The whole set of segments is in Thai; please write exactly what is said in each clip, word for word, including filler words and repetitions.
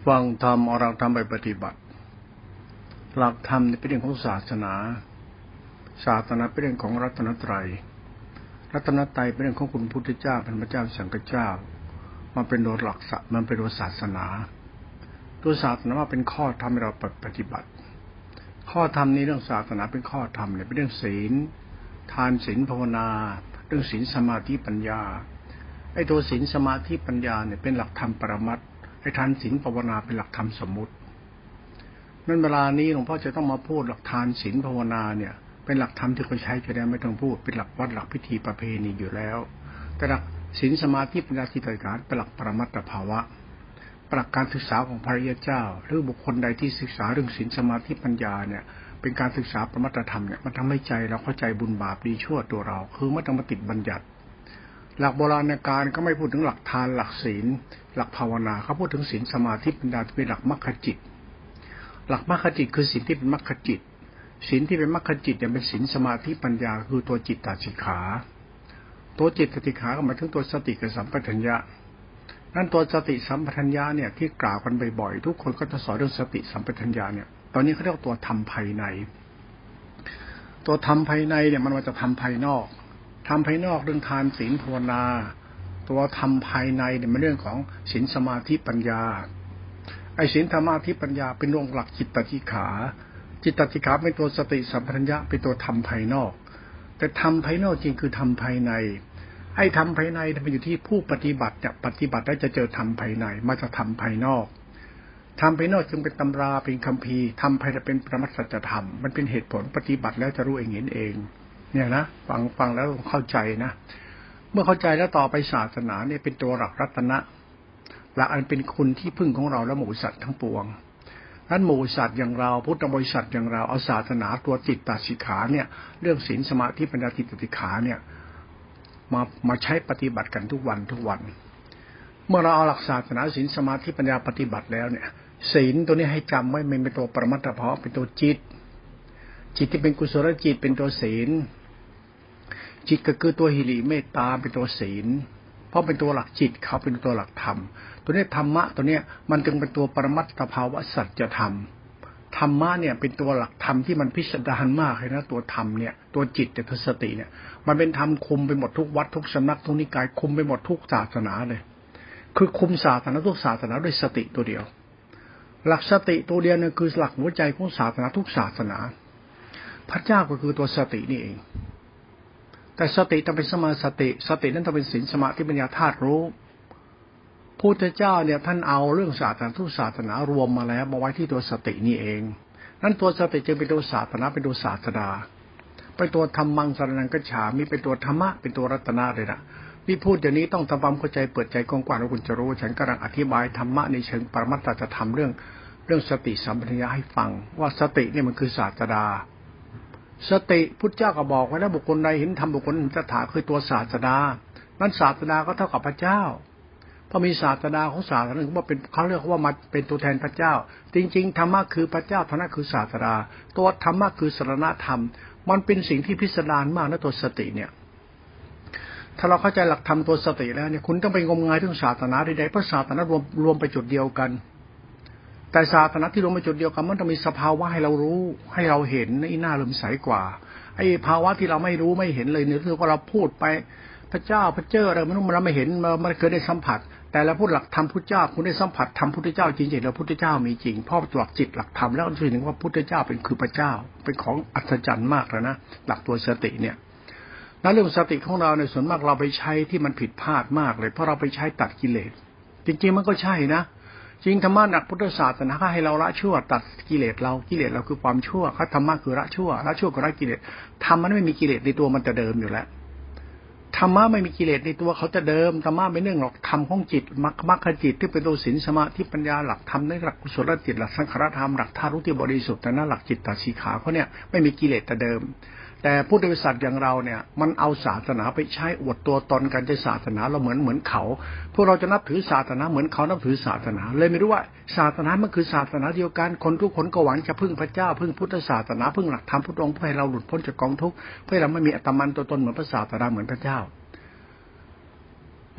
ฟังธรรมเอาหลักธรรมไปปฏิบัติหลักธรรมเป็นเรื่องของศาสนาศาสนาเป็นเรื่องของรัตนตรัยรัตนตรัยเป็นเรื่องของคุณพุทธเจ้าเป็นพระเจ้าสังฆเจ้ามันเป็นโดยหลักศาสตร์มันเป็นโดยศาสนาตัวศาสนาว่าเป็นข้อธรรมให้เราปฏิบัติข้อธรรมนี้เรื่องศาสนาเป็นข้อธรรมเนี่ยเป็นเรื่องศีลทานศีลภาวนาเรื่องศีลสมาธิปัญญาไอ้ตัวศีลสมาธิปัญญาเนี่ยเป็นหลักธรรมปรมัตถ์ไอ้ทานศีลภาวนาเป็นหลักธรรมสมมุตินั่นเวลานี้หลวงพ่อจะต้องมาพูดหลักทานศีลภาวนาเนี่ยเป็นหลักธรรมที่เขาใช้จะได้ไม่ต้องพูดเป็นหลักวัดหลักพิธีประเพณีอยู่แล้วแต่หลักศีลสมาธิปัญญาจิตติการเป็นหลักปรมัตถภาวะหลักการศึกษาของพระริยเจ้าหรือบุคคลใดที่ศึกษาเรื่องศีลสมาธิปัญญาเนี่ยเป็นการศึกษาปรมัตถธรรมเนี่ยมันทำให้ใจเราเข้าใจบุญบาปดีชั่วตัวเราคือไม่ต้องมาติดบัญญัติหลักโบราณกาลก็ไม่พูดถึงหลักทานหลักศีลหลักภาวนาเขาพูดถึงศีลสมาธิปัญญาที่เป็นหลักมรรคจิตหลักมรรคจิตคือศีลที่เป็นมรรคจิตศีลที่เป็นมรรคจิตเนี่ยเป็นศีลสมาธิปัญญาคือตัวจิตตสิกขาตัวจิตตสิกขาก็หมายถึงตัวสติกับสัมปชัญญะนั่นตัวสติสัมปชัญญะเนี่ยที่กล่าวกันบ่อยๆทุกคนก็จะสอนเรื่องสติสัมปชัญญะเนี่ยตอนนี้เขาเรียกตัวธรรมภายในตัวธรรมภายในเนี่ยมันมาจากธรรมภายนอกธรรมภายนอกเรื่องทานศีลภาวนาตัวธรรมภายในเนี่ยมันเรื่องของศีลสมาธิปัญญาไอ้ศีลสมาธิปัญญาเป็นดวงหลักจิตตสิกขาจิตตสิกขาเป็นตัวสติสัมปชัญญะเป็นตัวธรรมภายนอกแต่ธรรมภายนอกจริงคือธรรมภายในไอ้ธรรมภายในมันอยู่ที่ผู้ปฏิบัติเนี่ยปฏิบัติแล้วจะเจอธรรมภายในมาจากธรรมภายนอกธรรมภายนอกจึงเป็นตำราเป็นคัมภีร์ธรรมภายในเป็นปรมัตถสัจธรรมมันเป็นเหตุผลปฏิบัติแล้วจะรู้เองเห็นเองเนี่ยนะฟังฟังแล้วเข้าใจนะเมื่อเข้าใจแล้วต่อไปศาสนาเนี่ยเป็นตัวหลักรัตนะหลักอันเป็นคุณที่พึ่งของเราและหมู่สัตว์ทั้งปวงนั้นหมู่สัตว์อย่างเราพุทธบริษัทอย่างเราเอาศาสนาตัวจิตตสิกขาเนี่ยเรื่องศีลสมาธิปัญญาจิตตสิกขาเนี่ยมามาใช้ปฏิบัติกันทุกวันทุกวันเมื่อเราเอาหลักศาสนาศีลสมาธิปัญญาปฏิบัติแล้วเนี่ยศีลตัวนี้ให้จำไว้มันเป็นตัวปรมัตถภาวะเป็นตัวจิตจิตที่เป็นกุศลจิตเป็นตัวศีลจิตก็คือตัวหิริเมตตาเป็นตัวศีลเพราะเป็นตัวหลักจิตเขาเป็นตัวหลักธรรมตัวนี้ธรรมะตัวเนี้ยมันจึงเป็นตัวปรมัตถภาวะสัจธรรมธรรมะเนี่ยเป็นตัวหลักธรรมที่มันพิสดารมากเลยนะตัวธรรมเนี่ยตัวจิตแต่ตัวสติเนี่ยมันเป็นธรรมคุมไปหมดทุกวัดทุกสำนักทุกนิกายคุมไปหมดทุกศาสนาเลยคือคุมศาสนาทุกศาสนาด้วยสติตัวเดียวหลักสติตัวเดียวเนี่ยคือหลักหัวใจของศาสนาทุกศาสนาพระเจ้าก็คือตัวสตินี่เองแต่สติต้องเป็นสมาสติสตินั้นต้องเป็นศีลสมาธิปัญญาธาตุรู้พุทธเจ้าเนี่ยท่านเอาเรื่องศาสนาทุกศาสนารวมมาแล้วมาไว้ที่ตัวสตินี่เองนั้นตัวสติจึงเป็นตัวศาสนาเป็นตัวศาสดาเป็นตัวธรรมังสรณังคัจฉามิเป็นตัวธรรมะเป็นตัวรัตนะเลยนะที่พูดอย่างนี้ต้องทำความเข้าใจเปิดใจกว้างๆแล้วคุณจะรู้ฉันกำลังอธิบายธรรมะในเชิงปรมัตถธรรมเรื่องเรื่องสติสัมปชัญญะให้ฟังว่าสติเนี่ยมันคือศาสดาสติพุทธเจ้าก็บอกไว้แล้วบุคคลใดเห็นธรรมบุคคลนั้นตถาคือตัวศาสดานั้นศาสดาก็เท่ากับพระเจ้าพอมีศาสดาของศาสนาหนึ่งว่าเป็นเขาเรียกว่ามาเป็นตัวแทนพระเจ้าจริงๆธรรมะคือพระเจ้าธรรมะคือศาสดาตัวธรรมะคือสรณธรรมมันเป็นสิ่งที่พิสดารมากนะตัวสติเนี่ยถ้าเราเข้าใจหลักธรรมตัวสติแล้วเนี่ยคุณต้องไปงมงายเรื่องศาสนาใดๆเพราะศาสนารวมรวมไปจุดเดียวกันแต่ศาสนาที่รวมไปจุดเดียวกันมันต้องมีสภาวะให้เรารู้ให้เราเห็นนี่น่าเลื่อมใสกว่าไอ้ภาวะที่เราไม่รู้ไม่เห็นเลยเนี่ยคือว่าเราพูดไปพระเจ้าพระเจ้าอะไรมันเราไม่เห็นมันไม่เคยได้สัมผัสแต่เราพูดหลักธรรมพุทธเจ้าคุณได้สัมผัสธรรมพุทธเจ้าจริงๆแล้วพุทธเจ้ามีจริงเพราะหลักจิตหลักธรรมแล้วก็ถึงว่าพุทธเจ้าเป็นคือพระเจ้าเป็นของอัศจรรย์มากแล้วนะหลักตัวสติเนี่ยนั้นเรื่องสติของเราในส่วนมากเราไปใช้ที่มันผิดพลาดมากเลยเพราะเราไปใช้ตัดกิเลสจริงๆมันก็ใช่นะจริงธรรมะหลักพุทธศาสนาให้เราละชั่วตัดกิเลสเรากิเลสเราคือความชั่วเขาธรรมะคือละชั่วละชั่วกับละกิเลสธรรมมันไม่มีกิเลสในตัวมันแต่เดิมอยู่แล้วธรรมะไม่มีกิเลสในตัวเขาจะเดิมธรรมะไม่เรื่องหรอกธรรมของจิตมรรคมรรคจิตที่เป็นตัวศีลสมาธิปัญญาหลักธรรมในหลักกุศลจิตหลักสังขารธรรมหลักธาตุรู้ที่บริสุทธิ์แต่นั้นหลักจิตตสิกขาเขาเนี่ยไม่มีกิเลสแต่เดิมแต่พุทธบริษัทอย่างเราเนี่ยมันเอาศาสนาไปใช้อวดตัวตนกันจะศาสนาเราเหมือนเหมือนเขาพวกเราจะนับถือศาสนาเหมือนเขานับถือศาสนาเลยไม่รู้ว่าศาสนามันคือศาสนาเดียวกันคนทุกคนก็หวังจะพึ่งพระเจ้าพึ่งพุทธศาสนาพึ่งหลักธรรมพุทธองค์เพื่อให้เราหลุดพ้นจากกองทุกข์เพื่อเราไม่มีอัตมันตัวตนเหมือนพระศาสดาเหมือนพระเจ้า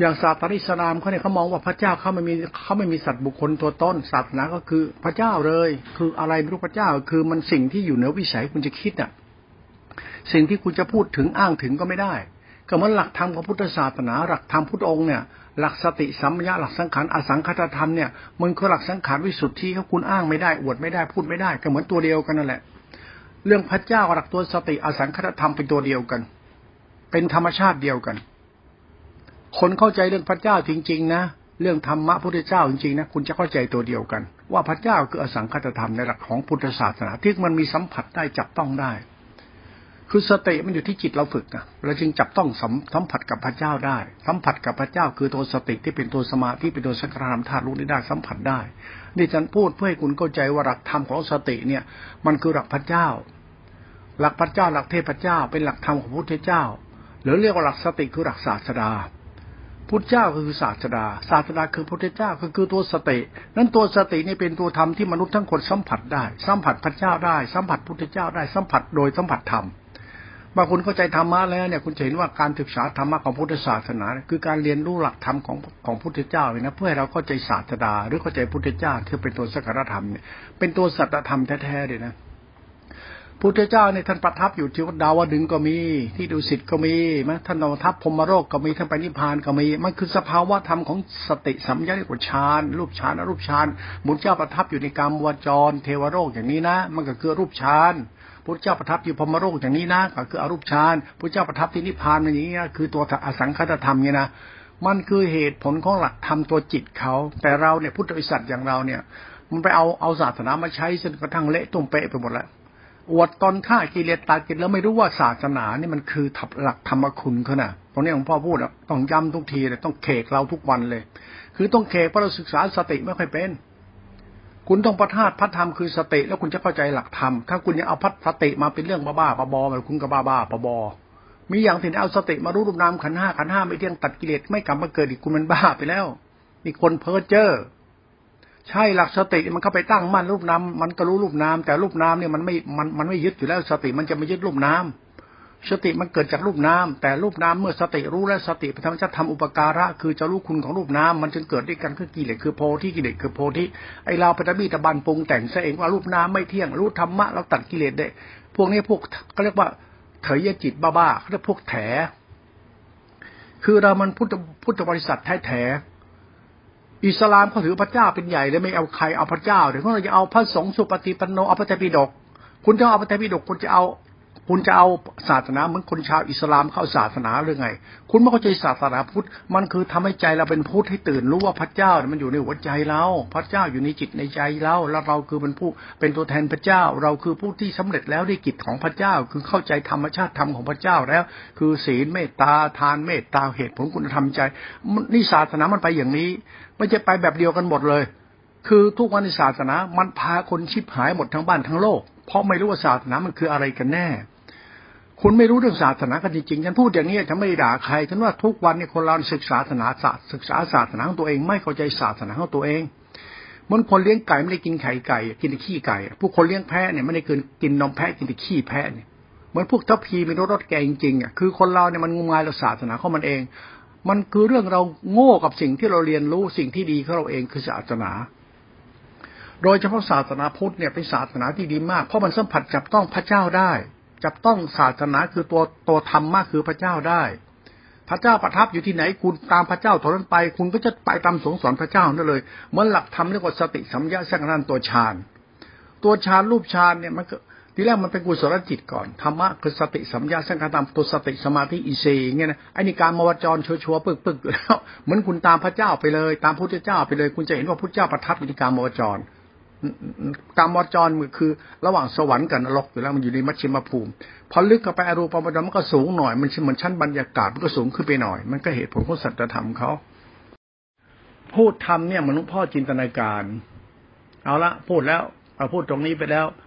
อย่างศาสนาอิสลามเขาเนี่ยเขามองว่าพระเจ้าเขาไม่มีเขาไม่มีสัตว์บุคคลตัวต้นศาสนาก็คือพระเจ้าเลยคืออะไรไม่รู้พระเจ้าคือมันสิ่งที่อยู่เหนือวิสัยคุณจะคิดอ่ะสิ่งที่คุณจะพูดถึงอ้างถึงก็ไม่ได้ก็เหมือนหลักธรรมของพุทธศาสนาหลักธรรมพุทธองค์เนี่ยหลักสติสัมปชัญญะหลักสังขารอสังขตธรรมเนี่ยมันคือหลักสังขารวิสุทธิเขาคุณอ้างไม่ได้อวดไม่ได้พูดไม่ได้ก็เหมือนตัวเดียวกันนั่นแหละเรื่องพระเจ้าหลักตัวสติอสังขตธรรมเป็นตัวเดียวกันเป็นธรรมชาติเดียวกันคนเข้าใจเรื่องพระเจ้าจริงๆนะเรื่องธรรมะพุทธเจ้าจริงๆนะคุณจะเข้าใจตัวเดียวกันว่าพระเจ้าคืออสังขตธรรมในหลักของพุทธศาสนาที่มันมีสัมผัสได้จับต้องได้คือสติมันอยู่ที่จิตเราฝึกนะเราจึงจับต้องสัมผัสกับพระเจ้าได้สัมผัสกับพระเจ้าคือตัวสติที่เป็นตัวสมาธิเป็นตัวสังขารธรรมธาตุรู้ได้สัมผัสได้นี่ฉันพูดเพื่อให้คุณเข้าใจว่าหลักธรรมของสติเนี่ยมันคือหลักพระเจ้าหลักพระเจ้าหลักเทพเจ้าเป็นหลักธรรมของพระพุทธเจ้าหรือเรียกว่าหลักสติคือหลักศาสดาพุทธเจ้าคือศาสดาศาสดาคือพุทธเจ้าก็คือตัวสตินั้นตัวสตินี่เป็นตัวธรรมที่มนุษย์ทั้งคนสัมผัสได้สัมผัสพระเจ้าได้สัมผัสพุทธเจ้าได้สัมผัสโดยสัมผัสธรรมบางคนเข้าใจธรรมะแล้วเนี่ยคุณจะเห็นว่าการศึกษาธรรมะของพุทธศาสนาคือการเรียนรู้หลักธรรมของของพุทธเจ้าเลยนะเพื่อให้เราเข้าใจศาสดาหรือเข้าใจพุทธเจ้าที่เป็นตัวสังขารธรรมเนี่ยเป็นตัวสัจธรรมแท้ๆเลยนะพุทธเจ้าเนี่ยท่านประทับอยู่ที่วัดดาวดึงส์ก็มีที่ดุสิตก็มีมั้ยท่านประทับพรหมโลกก็มีท่านไปนิพพานก็มีมันคือสภาวะธรรมของสติสัมปชัญญะเรียกว่าฌานรูปฌานอรูปฌานพุทธเจ้าประทับอยู่ในกามวจรเทวโลกอย่างนี้นะมันก็คือรูปฌานพุทธเจ้าประทับอยู่พรหมโลกอย่างนี้นะก็คืออรูปฌานพุทธเจ้าประทับที่นิพพานอย่างนี้นะคือตัวอสังขตธรรมเนี่ยนะมันคือเหตุผลของหลักธรรมตัวจิตเขาแต่เราเนี่ยพุทธบริษัทอย่างเราเนี่ยมันไปเอาเอาศาสนามาใช้จนกระทั่งเละตุ้มเป๊ะไปหมดแล้วอวดตอนฆ่ากิเลสตายกินแล้วไม่รู้ว่าศาสนานี่มันคือหลักธรรมคุณเขาน่ะตรงนี้หลวงพ่อพูดอ่ะต้องย้ำทุกทีเลยต้องเคกเราทุกวันเลยคือต้องเคกเพราะเราศึกษาสติไม่ค่อยเป็นคุณต้องประทาดพระธรรมคือสติแล้วคุณจะเข้าใจหลักธรรมถ้าคุณยังเอาพัฒสติมาเป็นเรื่องบ้าๆบอๆแบบคุณก็บ้าๆบอๆมีอย่างที่เอาสติมารู้รูปนามขันธ์ห้าขันธ์ห้าไม่เที่ยงตัดกิเลสไม่กลับมาเกิดอีกคุณมันบ้าไปแล้วนี่คนเพ้อเจ้อใช่หลักสติมันเข้าไปตั้งมั่นรูปนามมันก็รู้รูปนามแต่รูปนามเนี่ยมันไม่มันมันไม่ยึดอยู่แล้วสติมันจะไม่ยึดรูปนามสติมันเกิดจากรูปนามแต่รูปนามเมื่อสติรู้แล้วสติพระธรรมจะทำอุปการะคือจะรู้คุณของรูปนามมันจึงเกิดด้วยกันคือกิเลสคือโพธิกิเลสคือโพธิไอเราปฐบีตะบันปรุงแต่งซะเองว่ารูปนามไม่เที่ยงรู้ธรรมะเราตัดกิเลสได้พวกนี้พวกเขาเรียกว่าเถยจิตบ้าๆเขาเรียกพวกแถคือเรามันพุทธพุทธบริษัทแท้ๆอิสลามเขาถือพระเจ้าเป็นใหญ่เลยไม่เอาใครเอาพระเจ้าเดี๋ยวเขาจะเอาพระสงฆ์สุปฏิปันโนเอาพระไตรปิฎกคุณจะเอาพระไตรปิฎกคุณจะเอาคุณจะเอาศาสนาเหมือนคนชาวอิสลามเข้าศาสนาหรือไงคุณไม่เข้าใจศาสนาพุทธมันคือทำให้ใจเราเป็นพุทธให้ตื่นรู้ว่าพระเจ้ามันอยู่ในหัวใจเราพระเจ้าอยู่ในจิตในใจเราแล้วเราคือเป็นผู้เป็นตัวแทนพระเจ้าเราคือผู้ที่สำเร็จแล้วด้วยกิจของพระเจ้าคือเข้าใจธรรมชาติธรรมของพระเจ้าแล้วคือศีลเมตตาทานเมตตาเหตุผลคุณธรรมใจนี่ศาสนามันไปอย่างนี้ไม่ใช่ไปแบบเดียวกันหมดเลยคือทุกวันในศาสนามันพาคนชิบหายหมดทั้งบ้านทั้งโลกเพราะไม่รู้ว่าศาสนามันคืออะไรกันแน่คุณไม่รู้เรื่องศาสนากันจริงๆฉันพูดอย่างนี้ฉันไม่ได้ด่าใครฉันว่าทุกวันเนี่ยคนเราศึกษาศาสนาศาสตร์ศึกษาศาสนาของตัวเองไม่เข้าใจศาสนาของตัวเองเหมือนคนเลี้ยงไก่ไม่ได้กินไข่ไก่กินแต่ขี้ไก่ผู้คนเลี้ยงแพะเนี่ยไม่ได้กินกินนมแพะกินแต่ขี้แพะเนี่ยเหมือนพวกทัพพีมีรสรสแกงจริงๆอ่ะคือคนเราเนี่ยมันงมงายเราศาสนาของมันเองมันคือเรื่องเราโง่กับสิ่งที่เราเรียนรู้สิ่งที่ดีของเราเองคือศาสนาโดยเฉพาะศาสนาพุทธเนี่ยเป็นศาสนาที่ดีมากเพราะมันสัมผัสจับต้องพระเจ้าได้จับต้องศาสนาคือตัวตัวธรรมะคือพระเจ้าได้พระเจ้าประทับอยู่ที่ไหนคุณตามพระเจ้าเท่านั้นไปคุณก็จะไปตามสงสอนพระเจ้านั่นเลยเหมือนหลักธรรมเรียกว่าสติสัมปชัญญะสังขารตัวฌานตัวฌานรูปฌานเนี่ยมันก็ทีแรกมันเป็นกุศลจิตก่อนธรรมะคือสติสัมปชัญญะสังขารตัวสติสมาธิอิเซอย่างเงี้ยนะไอ้นี่การมวจรชัวร์ๆปึกๆอยู่แล้วเหมือนคุณตามพระเจ้าไปเลยตามพระพุทธเจ้าไปเลยคุณจะเห็นว่าพระพุทธเจ้าประทับอยู่ที่การมวจรกามวจรมือคือระหว่างสวรรค์กับนรกอยู่แล้วมันอยู่ในมัชฌิมภูมิพอลึกเข้าไปอรูปวจรมันก็สูงหน่อยมันเหมือนชั้นบรรยากาศมันก็สูงขึ้นไปหน่อยมันก็เหตุผลของสัจธรรมเขาพูดธรรมเนี่ยเหมือนหลวงพ่อจินตนาการเอาละพูดแล้วเอาพูดตรงนี้ไปแล้ว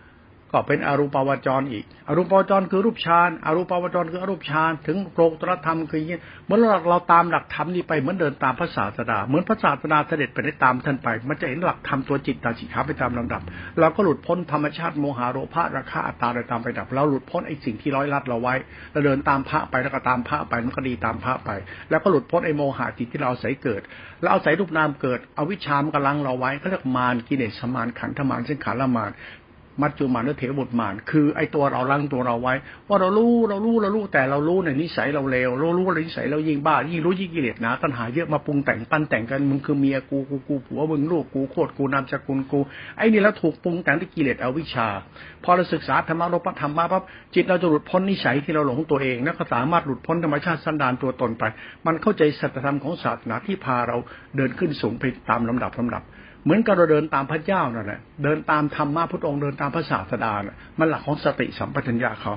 ก็เป็นอรูปาวจรอีกอรูปาวจรคือรูปฌานอรูปาวจรคืออรูปฌานถึงโลกุตตรธรรมคืออย่างนี้เมื่อเราเราตามหลักธรรมนี้ไปเหมือนเดินตามพระศาสดาเหมือนพระศาสดาเสด็จไปได้ตามท่านไปมันจะเห็นหลักธรรมตัวจิตตาสิกขาไปตามลำดับเราก็หลุดพ้นธรรมชาติโมหะโลภะราคะอัตตาโดยตามไปดับเราหลุดพ้นไอ้สิ่งที่ร้อยลัดเราไว้เราเดินตามพระไปแล้วก็ตามพระไปมันก็ดีตามพระไปแล้วก็หลุดพ้นไอ้โมหะจิตที่เราอาศัยเกิดแล้วเอาศัยรูปนามเกิดเอาวิชามกำลังเราไว้เขาเรียกมารกิเลสมารขันธมารสังขารมารมัจจุมานและเถรบุตรมารคือไอ้ตัวเราลังตัวเราไว้ว่าเรารู้เรารู้เรารู้แต่เรารู้ในนิสัยเราเลวเรารู้ว่านิสัยเรายิ่งบ้ายิ่งรู้ยิ่งกิเลสหนาตัณหาเยอะมาปรุงแต่งปั้นแต่งกันมึงคือเมียกูกูกูผัวมึงลูกกูโคตรกูนามสกุลกูไอ้นี่แล้วถูกปรุงแต่งด้วยกิเลสอวิชชาพอเราศึกษาธรรมะรบธรรมมาปั๊บจิตเราจะหลุดพ้นนิสัยที่เราหลงตัวเองแล้วก็สามารถหลุดพ้นธรรมชาติสันดานตัวตนไปมันเข้าใจสัจธรรมของศาสนาที่พาเราเดินขึ้นสูงไปตามลำดับลำดับเหมือนกับเราเดินตามพระเจ้านั่นแหละเดินตามธรรมะพุทธองค์เดินตามพระศาสดาเนี่ยมันหลักของสติสัมปชัญญะเขา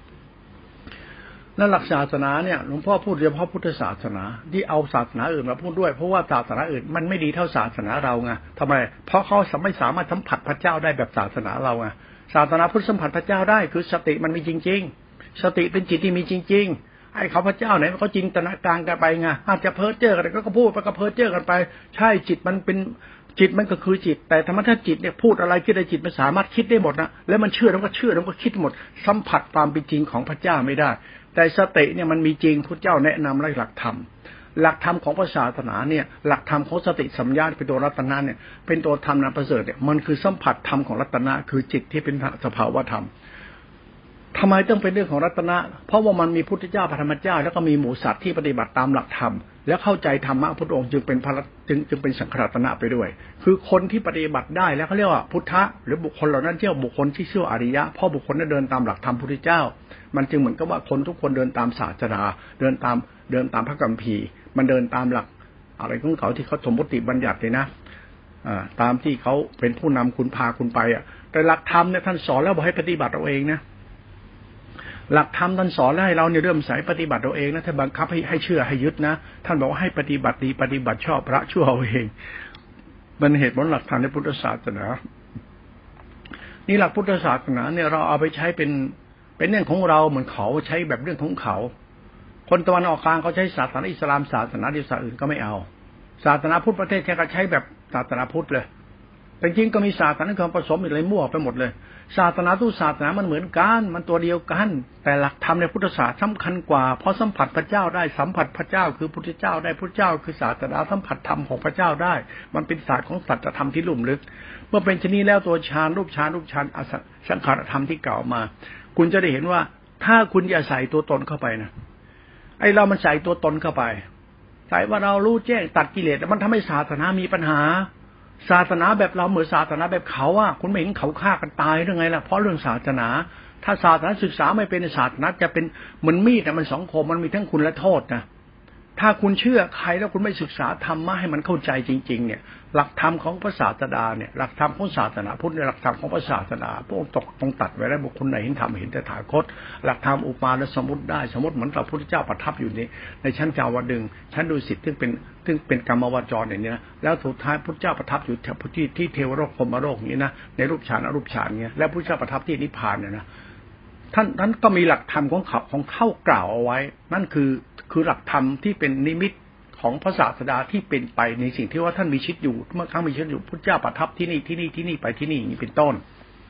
นั่นหลักศาสนาเนี่ยหลวงพ่อพูดเฉพาะพุทธศาสนาที่เอาศาสนาอื่นมาพูดด้วยเพราะว่าศาสนาอื่นมันไม่ดีเท่าศาสนาเราไงทำไมเพราะเขาไม่สามารถสัมผัสพระเจ้าได้แบบศาสนาเราไงศาสนาพุทธสัมผัสพระเจ้าได้คือสติมันมีจริงๆสติเป็นจิตที่มีจริงๆไอ้เขาพระเจ้าไหนเขาจินตนาการกันไปไงอาจจะเพ้อเจ้อกันก็พูดไปก็เพ้อเจ้อกันไปใช่จิตมันเป็นจิตมันก็คือจิตแต่ธรรมชาติจิตเนี่ยพูดอะไรคิดอะไรจิตมันสามารถคิดได้หมดนะแล้วมันเชื่อแล้วก็เชื่อแล้วก็คิดหมดสัมผัสความเป็นจริงของพระเจ้าไม่ได้แต่สติเนี่ยมันมีจริงพระเจ้าแนะนำหลักธรรมหลักธรรมของศาสนาเนี่ยหลักธรรมของสติสัมยาเป็นตัวรัตนะเนี่ยเป็นตัวธรรมนามประเสริฐเนี่ยมันคือสัมผัสธรรมของรัตนะคือจิตที่เป็นสภาวะธรรมทำไมต้องเป็นเรื่องของรัตนะเพราะว่ามันมีพุทธเจ้าพระธรรมเจ้าแล้วก็มีหมู่สัตว์ที่ปฏิบัติตามหลักธรรมแล้วเข้าใจธรรมะพุทธองค์จึงเป็นพระจึงจึงเป็นสังฆรัตนะไปด้วยคือคนที่ปฏิบัติได้แล้วเขาเรียกว่าพุทธะหรือบุคคลเหล่านั้นเรียกบุคคลที่ชื่ออริยะเพราะบุคคลนั้นเดินตามหลักธรรมพุทธเจ้ามันจึงเหมือนกับว่าคนทุกคนเดินตามศาสดาเดินตามเดินตามพระคัมภีร์มันเดินตามหลักอะไรของเขาที่เขาสมมติบัญญัติเลยนะอ่าตามที่เขาเป็นผู้นำคุณพาคุณไปอ่ะแต่หลักธรรมเนี่ยท่านสอนแล้วบอกให้ปฏิบัติเอาเองนะหลักธรรมท่านสอนให้เราเนี่ยเริ่มใส่ปฏิบัติเราเองนะท่านบังคับให้ให้เชื่อให้ยึดนะท่านบอกว่าให้ปฏิบัติดีปฏิบัติชอบพระชั่วเอาเองมันเหตุผลหลักธรรมในพุทธศาสนานี่หลักพุทธศาสนาเนี่ยเราเอาไปใช้เป็นเป็นเรื่องของเราเหมือนเขาใช้แบบเรื่องของเขาคนตะวันออกกลางเขาใช้ศาสนาอิสลามศาสนาเดียวศาสนาอื่นก็ไม่เอาศาสนาพุทธประเทศแค่ก็ใช้แบบศาสนาพุทธเลยแต่จริงก็มีศาสนาอื่นผสมอะไรมั่วไปหมดเลยศาสนาทุกศาสนามันเหมือนกันมันตัวเดียวกันแต่หลักธรรมในพุทธศาสนาสำคัญกว่าเพราะสัมผัสพระเจ้าได้สัมผัสพระเจ้าคือพุทธเจ้าได้พุทธเจ้าคือศาสนาสัมผัสธรรมของพระเจ้าได้มันเป็นศาสตร์ของสัจธรรมที่ลุ่มลึกเมื่อเป็นชนิดแล้วตัวฌานรูปฌานรูปฌานอสังขารธรรมที่กล่าวมาคุณจะได้เห็นว่าถ้าคุณอย่าใส่ตัวตนเข้าไปนะไอ้เรามันใส่ตัวตนเข้าไปใส่ว่าเรารู้แจ้งตัดกิเลสมันทำให้ศาสนามีปัญหาศาสนาแบบเราเหมือนศาสนาแบบเขาอ่ะคุณไม่เห็นเขาฆ่ากันตายหรือไงล่ะเพราะเรื่องศาสนาถ้าศาสนาศึกษาไม่เป็นศาสนาจะเป็นเหมือนมีดนะมันสองคมมันมีทั้งคุณและโทษนะถ้าคุณเชื่อใครแล้วคุณไม่ศึกษาธรรมะให้มันเข้าใจจริงๆเนี่ยหลักธรรมของพระศาสดาเนี่ยหลักธรรมของศาสนาพุทธหลักธรรมของพระศาสนาพวกตกตรงตัดไว้แล้วบุคคลไหนเห็นธรรมเห็นแต่ถาคตหลักธรรมอุปมาและสมมติได้สมมติเหมือนกับพระพุทธเจ้าประทับอยู่ในในชั้นกาวดึงชั้นดุสิตซึ่งเป็นซึ่งเป็นกรรมวจรอย่างนี้นะแล้วสุดท้ายพระเจ้าประทับอยู่ที่ที่เทวโลกพรหมโลกอย่างนี้นะในรูปฌานอรูปฌานเงี้ยแล้วพระเจ้าประทับที่นิพพานเนี่ยนะท่านนั้นก็มีหลักธรรมของเขาของเข้ากล่าวเอาไว้นั่นคือคือหลักธรรมที่เป็นนิมิตของพระศาสดาที่เป็นไปในสิ่งที่ว่าท่านมีชีวิตอยู่เมื่อครั้งมีชีวิตอยู่พระเจ้าประทับที่นี่ที่นี่ที่นี่ไปที่นี่อย่างนี้เป็นต้น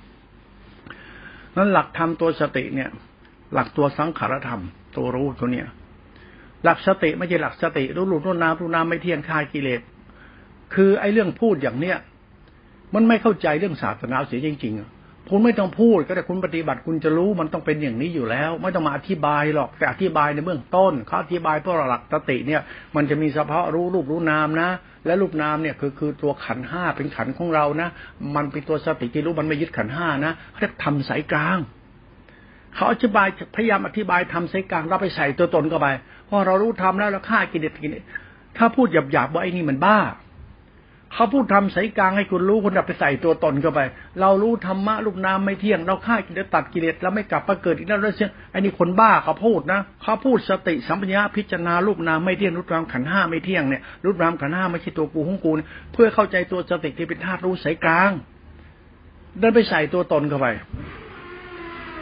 นั้นหลักธรรมตัวสติเนี่ยหลักตัวสังขารธรรมตัวรู้ตัวเนี้ยหลักสติไม่ใช่หลักสติรู้หลุดรู้นามรู้นามไม่เที่ยงคลายกิเลสคือไอ้เรื่องพูดอย่างเนี้ยมันไม่เข้าใจเรื่องศาสนาเสียจริงๆคุณไม่ต้องพูดก็ได้คุณปฏิบัติคุณจะรู้มันต้องเป็นอย่างนี้อยู่แล้วไม่ต้องมาอธิบายหรอกแต่อธิบายในเบื้องต้นเขาอธิบายเพราะหลักสติเนี่ยมันจะมีเฉพาะรู้รูปรู้นามนะและรูปนามเนี่ยคือคือตัวขันธ์ห้าเป็นขันธ์ของเรานะมันเป็นตัวสติที่รู้มันไม่ยึดขันธ์ห้านะเรียกทำสายกลางเขาอธิบายพยายามอธิบายทำสายกลางเราไปใส่ตัวตนเข้าไปพอเรารู้ทำแล้วเราฆ่ากิเลสกิเลสถ้าพูดหยาบๆว่าไอ้นี่มันบ้าเขาพูดทำสายกลางให้คุณรู้คุณดับไปใส่ตัวตนเข้าไปเรารู้ธรรมะรูปนามไม่เที่ยงเราฆ่ากิเลสตัดกิเลสแล้วไม่กลับมาเกิดอีกแล้วแล้วเสียไอ้นี่คนบ้าเขาพูดนะเขาพูดสติสัมปชัญญะพิจารณารูปนามไม่เที่ยงรูปนามขันธ์ห้าไม่เที่ยงเนี่ยรูปนามขันธ์ห้าไม่ใช่ตัวกูของกูเพื่อเข้าใจตัวสติที่เป็นธาตุรู้สายกลางเดินไปใส่ตัวตนเข้าไป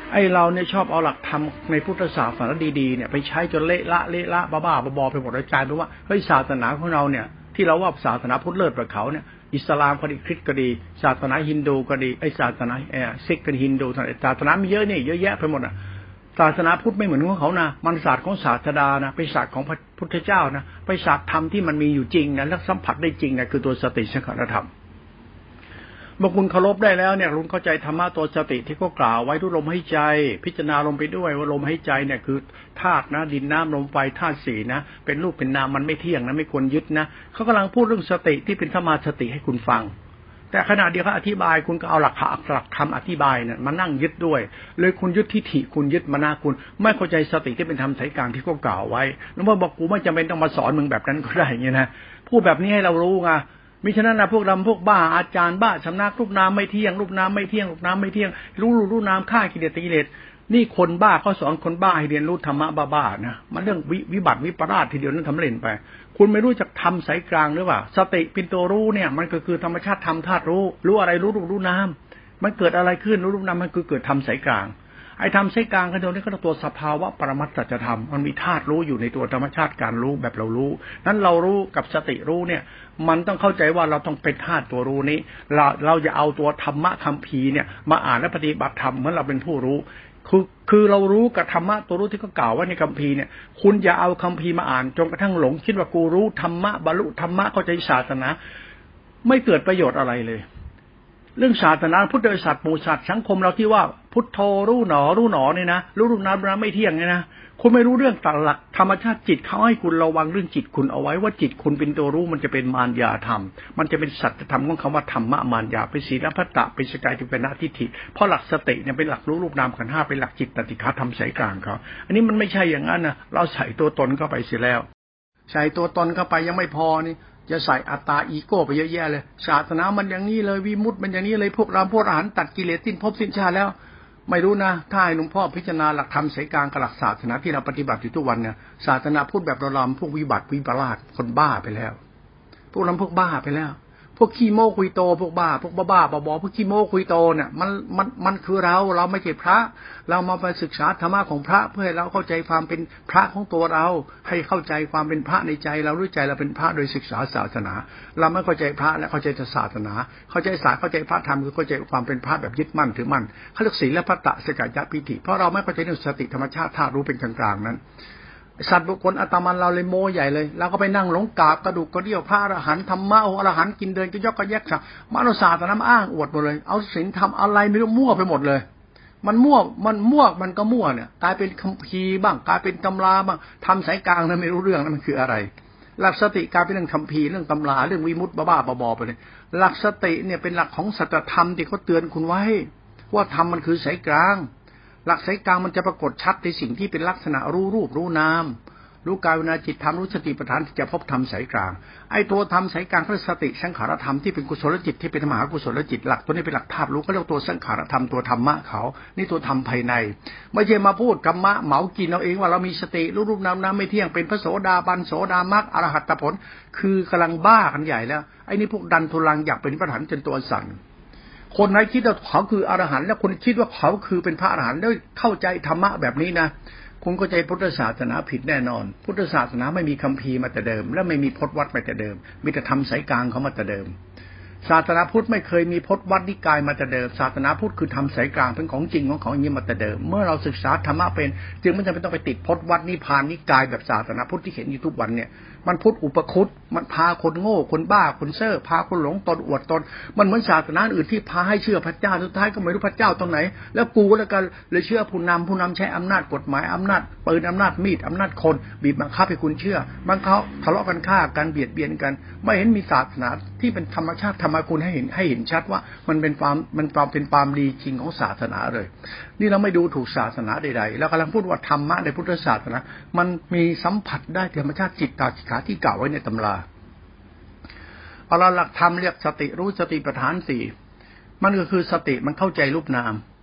ไอ้เราเนี่ยชอบเอาหลักธรรมในพุทธศาสนาดีๆเนี่ยไปใช้จนเละละเละละบ้าๆบอๆไปหมดเลยกลายเป็นว่าเฮ้ยศาสนาของเราเนี่ยที่เราว่าศาสนาพุทธเลิศกว่าเขาเนี่ยอิสลามก็ดีคริสต์ก็ดีศาสนาฮินดูก็ดีไอ้ศาสนาเออซิกก็ฮินดูศาสนามีเยอะนี่เยอะแยะไปหมดอ่ะศาสนาพุทธไม่เหมือนของเขานะมันศาสตร์ของศาสดานะเป็นศาสตร์ของพระพุทธเจ้านะไปศาสตร์ธรรมที่มันมีอยู่จริงนะและสัมผัสได้จริงนะคือตัวสติสังขารธรรมเมื่อคุณเคารพได้แล้วเนี่ยคุณเข้าใจธรรมะตัวสติที่เขากล่าวไว้ทุกลมหายใจพิจารณาลงไปด้วยว่าลมหายใจเนี่ยคือธาตุนะดินน้ำลมไฟธาตุสี่นะเป็นรูปเป็นนามมันไม่เที่ยงนะไม่ควรยึดนะเขากำลังพูดเรื่องสติที่เป็นธรรมะสติให้คุณฟังแต่ขณะเดียวกันอธิบายคุณก็เอาหลักหลักคำอธิบายเนี่ยมานั่งยึดด้วยเลยคุณยึดทิฏฐิคุณยึดมานาคุณไม่เข้าใจสติที่เป็นธรรมสายกลางที่เขากล่าวไว้แล้วเมื่อบอกกูไม่จำเป็นต้องมาสอนมึงแบบนั้นก็ได้อย่างเงี้ยนะพูดแบบนี้ให้เรารู้ไงมิฉะนั้นนะพวกดำพวกบ้าอาจารย์บ้าสำนักรูปน้ำไม่เที่ยงรูปน้ำไม่เที่ยงรูปน้ำไม่เที่ยงรู้รู้รู้น้ำฆ่ากิเลสกิเลสนี่คนบ้าเขาสอนคนบ้าให้เรียนรู้ธรรมะบ้าๆนะมันเรื่องวิวิบัติวิปราชทีเดียวนั้นทำเล่นไปคุณไม่รู้จักทำสายกลางหรือเปล่าสติเป็นตัวรู้เนี่ยมันก็คือธรรมชาติธรรมธาตุรู้รู้อะไรรู้รู้รู้น้ำมันเกิดอะไรขึ้นรู้รู้น้ำมันคือเกิดธรรมสายกลางไอ้ธรรมสายกลางก็โดนนี่ก็ตัวสภาวะปรมัตถสัจธรรมมันมีธาตุรู้อยู่ในตัวธรรมชาติการรู้แบบเรารู้นั้นเรารู้กับสติรู้เนี่ยมันต้องเข้าใจว่าเราต้องเป็นธาตุตัวรู้นี้เราเราจะเอาตัวธรรมะคัมภีร์เนี่ยมาอ่านและปฏิบัติธรรมเหมือนเราเป็นผู้รู้คือคือเรารู้กับธรรมะตัวรู้ที่เขากล่าวไว้ในคัมภีร์เนี่ยคุณอย่าเอาคัมภีร์มาอ่านจนกระทั่งหลงคิดว่ากูรู้ธรรมะบรรลุธรรมะเข้าใจศาสนาไม่เกิดประโยชน์อะไรเลยเรื่องศาสนาพุทธศาสตร์หมู่ศาสตร์สังคมเราที่ว่าพุทโธรู้หนอรู้หนอเนี่ยนะรู้รูปนามไม่เที่ยงเนี่ยนะคุณไม่รู้เรื่องหลักธรรมชาติจิตเขาให้คุณระวังเรื่องจิตคุณเอาไว้ว่าจิตคุณเป็นตัวรู้มันจะเป็นมารยาธรรมมันจะเป็นสัจธรรมของคำว่าธรรมะมารยาเป็นศีลพัตตะเป็นสกายเป็นนาทิฏฐิเพราะหลักสติเนี่ยเป็นหลักรู้รูปนามขันธ์ห้าเป็นหลักจิตตติฆะธรรมสายกลางเขาอันนี้มันไม่ใช่อย่างนั้นนะเราใส่ตัวตนเข้าไปเสียแล้วใส่ตัวตนเข้าไปยังไม่พอนี่จะใส่อัตตาอีโก้ไปเยอะแยะเลยศาสนามันอย่างนี้เลยวิมุตติมันอย่างนี้เลยพวกเราพวกอรหันต์ตัดกิเลสสิ้นภพสิ้นชาติแล้วไม่รู้นะถ้าให้หลวงพ่อพิจารณาหลักธรรมสายกลางกับหลักศาสนาที่เราปฏิบัติอยู่ทุกวันเนี่ยศาสนาพูดแบบเราลำพวกวิบัติวิปลาสคนบ้าไปแล้วพวกเราพวกบ้าไปแล้วพวกขี้โม้คุยโตพวกบ้าพวกบ้าๆบอๆพวกขี้โม้คุยโตเนี่ยมันมันมันคือเราเราไม่ใช่พระเรามาไปศึกษาธรรมะของพระเพื่อให้เราเข้าใจความเป็นพระของตัวเราให้เข้าใจความเป็นพระในใจเรารู้ใจเราเป็นพระโดยศึกษาศาสนาเราไม่เข้าใจพระและเข้าใจศาสนาเข้าใจศาสตร์เข้าใจพระธรรมคือเข้าใจความเป็นพระแบบยึดมั่นถือมั่นเขาเรียกศีลพัตตะสกัดยะปิติเพราะเราไม่เข้าใจเรื่องสติธรรมชาติธาตุรู้เป็นกลางๆนั้นสัตว์บุคคลอัตมันเราเลยโมใหญ่เลยแล้วก็ไปนั่งหลงกราบกระดูกกระเดี่ยวพระอรหันต์ธรรมะองค์อรหันต์กินเดินก็ยกก็แยกสักมโนศาสตร์นั้นอ้างอวดหมดเลยเอาศีลธรรมอะไรไม่รู้มั่วไปหมดเลยมันมั่วมันมั่วมันก็มั่วเนี่ยกลายเป็นคัมภีร์บ้างกลายเป็นตำราบ้างทำสายกลางนั้นไม่รู้เรื่องนั้นมันคืออะไรหลักสติกลายเป็นเรื่องคัมภีร์เรื่องตำราเรื่องวิมุตติบ้าๆบอๆไปเลยหลักสติเนี่ยเป็นหลักของสัจธรรมที่เขาเตือนคุณไว้ว่าธรรมมันคือสายกลางหลักสายกลางมันจะปรากฏชัดในสิ่งที่เป็นลักษณะรู้รูปรู้นามรู้กายวิญญาณจิตธรรมรู้สติปัฏฐานที่จะพบธรรมสายกลางไอ้ตัวธรรมสายกลางคือสติสังขารธรรมที่เป็นกุศลจิตที่เป็นมหากุศลจิตหลักตัวนี้เป็นหลักธาตุรู้ก็เรียกตัวสังขารธรรมตัวธรรมะเขานี่ตัวธรรมภายในไม่ใช่มาพูดธรรมะเหมากินเอาเองว่าเรามีสติรู้รูปนามน้ำไม่เที่ยงเป็นพระโสดาบันโสดามรรคอรหัตผลคือกำลังบ้ากันใหญ่แล้วไอ้นี่พวกดันทุลังอยากเป็นพระอรหันต์จนตัวสั่นคนไหนคิดว่าเขาคืออรหันต์แล้วคนคิดว่าเขาคือเป็นพระอรหันต์ได้เข้าใจธรรมะแบบนี้นะคุณเข้าใจพุทธศาสนาผิดแน่นอนพุทธศาสนาไม่มีคัมภีร์มาแต่เดิมและไม่มีพจน์วัดมาแต่เดิมมีแต่ธรรมสายกลางเขามาแต่เดิมศาสนาพุทธไม่เคยมีพจน์วัดนิกายมาแต่เดิมศาสนาพุทธคือธรรมสายกลางเป็นของจริงของเขาอย่างนี้มาแต่เดิมเมื่อเราศึกษาธรรมะเป็นจึงไม่จำเป็นต้องไปติดพจน์วัดนิพพานนิกายแบบศาสนาพุทธที่เห็นอยู่ทุกวันเนี่ยมันพุทธอุปคุตมันพาคนโง่คนบ้าคนเซ่อพาคนหลงตนอวดตนมันเหมือนศาสนาอื่นที่พาให้เชื่อพระเจ้าสุดท้ายก็ไม่รู้พระเจ้าตรงไหนแล้วกูแล้วกันเลยเชื่อผู้นำผู้นำใช้อำนาจกฎหมายอำนาจปืนอำนาจมีดอำนาจคนบีบบังคับให้คุณเชื่อมันเขาทะเลาะกันฆ่ากันเบียดเบียนกันไม่เห็นมีศาสนาที่เป็นธรรมชาติธรรมคุณให้เห็นให้เห็นชัดว่ามันเป็นความมันความเป็นความดีจริงของศาสนาเลยนี่เราไม่ดูถูกศาสนาใดๆแล้วกำลังพูดว่าธรรมะในพุทธศาสนามันมีสัมผัสได้ธรรมชาติจิตตาจิขาที่กล่าวไว้ในตำราเอาละหลักธรรมเรียกสติรู้สติปัฏฐานสี่มันก็คือสติมันเข้าใจรูปนาม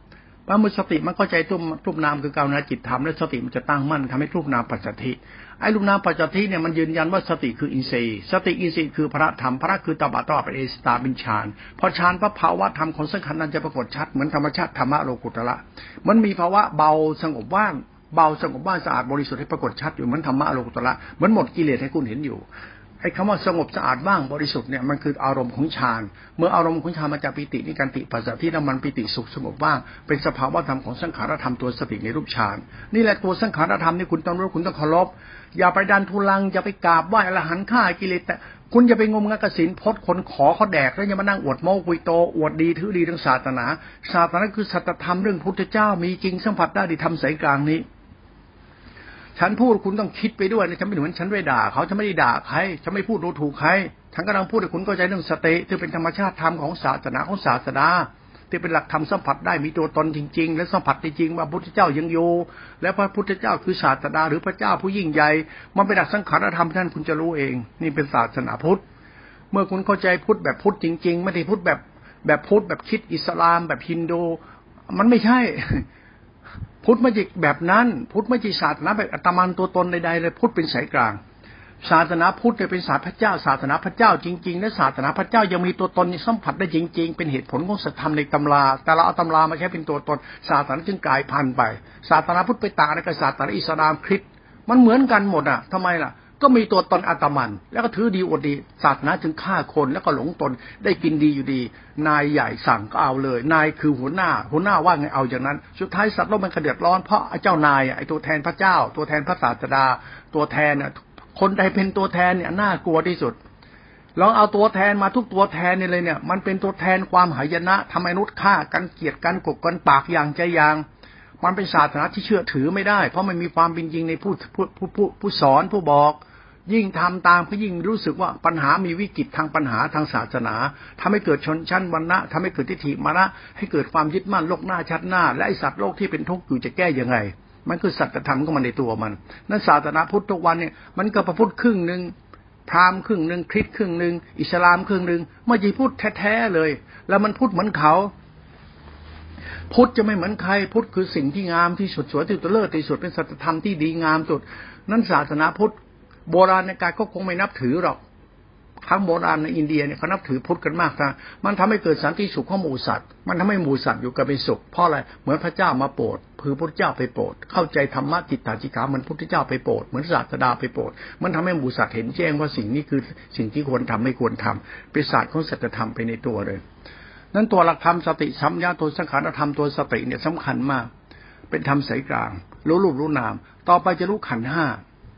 เมื่อสติมันเข้าใจรูปรูปนามคือการณจิตธรรมและสติมันจะตั้งมั่นทำให้รูปนามปัจจัยไอ้รูปนามปัจจัยเนี่ยมันยืนยันว่าสติคืออินทรีย์สติอินทรีย์คือพระธรรมพระคือตบะตบะเป็นเอสตาบินฌานพอฌานพระภาวะธรรมของสังขารนั้นจะปรากฏชัดเหมือนธรรมชาติธรรมะโลกุตระมันมีภาวะเบาสงบว่างเบาสงบว่างสะอาดบริสุทธิ์ให้ปรากฏชัดอยู่เหมือนธรรมะโลกุตระเหมือนหมดกิเลสให้คุณเห็นอยู่ไอ้คำว่าสงบสะอาดว่างบริสุทธิ์เนี่ยมันคืออารมณ์ของฌานเมื่ออารมณ์ของฌานมาจากปิตินิการติปัสสะที่น้ำมันปิติสุขสงบว่างเป็นสภาวะธรรมของสังขารธรรมตัวสติในรูปฌานนี่แหละตัวสังขารธรรมนี่คุณต้องรู้คุณต้องเคารพอย่าไปดันทุลังอย่าไปกราบไหว้อรหันต์ฆ่ากิเลสแต่คุณอย่าไปงมงายกสินพจน์คนขอเขาแดกแล้วอย่ามานั่งอวดโม้กุยโตอวดดีถือดีทั้งศาสนาศาสนาคือสัจธรรมเรื่องพุทธเจ้ามีจริงสัมผัสได้ดิธรรมสายกลางนี้ฉันพูดคุณต้องคิดไปด้วยนะฉันไม่เหมือนฉันไม่ด่าเขาฉันไม่ได้ด่าใครฉันไม่พูดดูถูกใครฉันกำลังพูดให้คุณเข้าใจเรื่องสติที่เป็นธรรมชาติธรรมของศาสนาของศาสดาที่เป็นหลักธรรมสัมผัสได้มีตัวตนจริงๆและสัมผัสจริงๆว่าพระพุทธเจ้ายังอยู่และพระพุทธเจ้าคือศาสดาหรือพระเจ้าผู้ยิ่งใหญ่มันเป็นหลักสังขารธรรมท่านคุณจะรู้เองนี่เป็นศาสนาพุทธเมื่อคุณเข้าใจพุทธแบบพุทธจริงๆไม่ได้พุทธแบบแบบพุทธแบบคิดอิสลามแบบฮินดูมันไม่ใช่พุทธไม่ใช่แบบนั้นพุทธไม่ใช่ศาสนาแบบอัตมันตัวตนใดๆเลยพุทธเป็นสายกลางศาสนาพุทธเนี่ยเป็นศาสนาพระเจ้าศาสนาพระเจ้าจริงๆและศาสนาพระเจ้ายังมีตัวตนสัมผัสได้จริงๆเป็นเหตุผลของสัจธรรมในตำราแต่เราเอาตำรามาใช้เป็นตัวตนศาสนาจึงกลายพันธุ์ไปศาสนาพุทธไปต่างกับศาสนาอิสลามคริสต์มันเหมือนกันหมดอ่ะทำไมล่ะก็มีตัวตนอัตมันแล้วก็ถือดีอวดดีศาสนาจึงฆ่าคนแล้วก็หลงตนได้กินดีอยู่ดีนายใหญ่สั่งก็เอาเลยนายคือหัวหน้าหัวหน้าว่าไงเอาอย่างนั้นสุดท้ายสัตว์โลกมันกระเดือดร้อนเพราะเจ้านายไอ้ตัวแทนพระเจ้าตัวแทนพระศาสดาตัวแทนคนใดเป็นตัวแทนเนี่ยน่ากลัวที่สุดลองเอาตัวแทนมาทุกตัวแทนนี่เลยเนี่ยมันเป็นตัวแทนความหายนะทำให้มนุษย์ฆ่ากันเกลียดกันกบกันปากอย่างใจอย่างมันเป็นศาสนาที่เชื่อถือไม่ได้เพราะมันมีความเป็นจริงในผู้ผู้ผู้ผู้ผู้สอนผู้บอกยิ่งทำตามก็ยิ่งรู้สึกว่าปัญหามีวิกฤตทางปัญหาทางศาสนาทำให้เกิดชนชั้นวรรณะทำให้เกิดทิฏฐิมานะให้เกิดความยึดมั่นโลกหน้าชัดหน้าและไอสัตว์โลกที่เป็นทุกข์อยู่จะแก้ยังไงมันคือสัจธรรมของมันในตัวมันนั่นศาสนาพุทธทุกวันเนี่ยมันก็ประพุทธครึ่งนึงพราหมณ์ครึ่งนึงคริสต์ครึ่งนึงอิสลามครึ่งนึงไม่ใช่พุทธแท้ๆเลยแล้วมันพุทธเหมือนเขาพุทธจะไม่เหมือนใครพุทธคือสิ่งที่งามที่สุดสวยที่สุดเลิศที่สุดเป็นสัจธรรมที่ดีงามสุดนั่นศาสนาพุทธโบราณในการก็คงไม่นับถือหรอกทั้งโบราณในอินเดียเนี่ยเขานับถือพุทธกันมากนะมันทำให้เกิดสันติสุขของหมู่สัตว์มันทำให้หมู่สัตว์อยู่กันเป็นสุขเพราะอะไรเหมือนพระเจ้ามาโปรดคือพระเจ้าไปโปรดเข้าใจธรรมะจิตตาจิขาเหมือนพระพุทธเจ้าไปโปรดเหมือนศาสดาไปโปรดมันทำให้หมู่สัตว์เห็นแจ้งว่าสิ่งนี้คือสิ่งที่ควรทำไม่ควรทำเป็นศาสตร์ของสัจธรรมไปในตัวเลยนั้นตัวหลักธรรมสติสัมยาตัวสังขารธรรมตัวสติเนี่ยสำคัญมากเป็นธรรมสายกลางรู้รูปรู้นามต่อไปจะรู้ขันธ์ห้า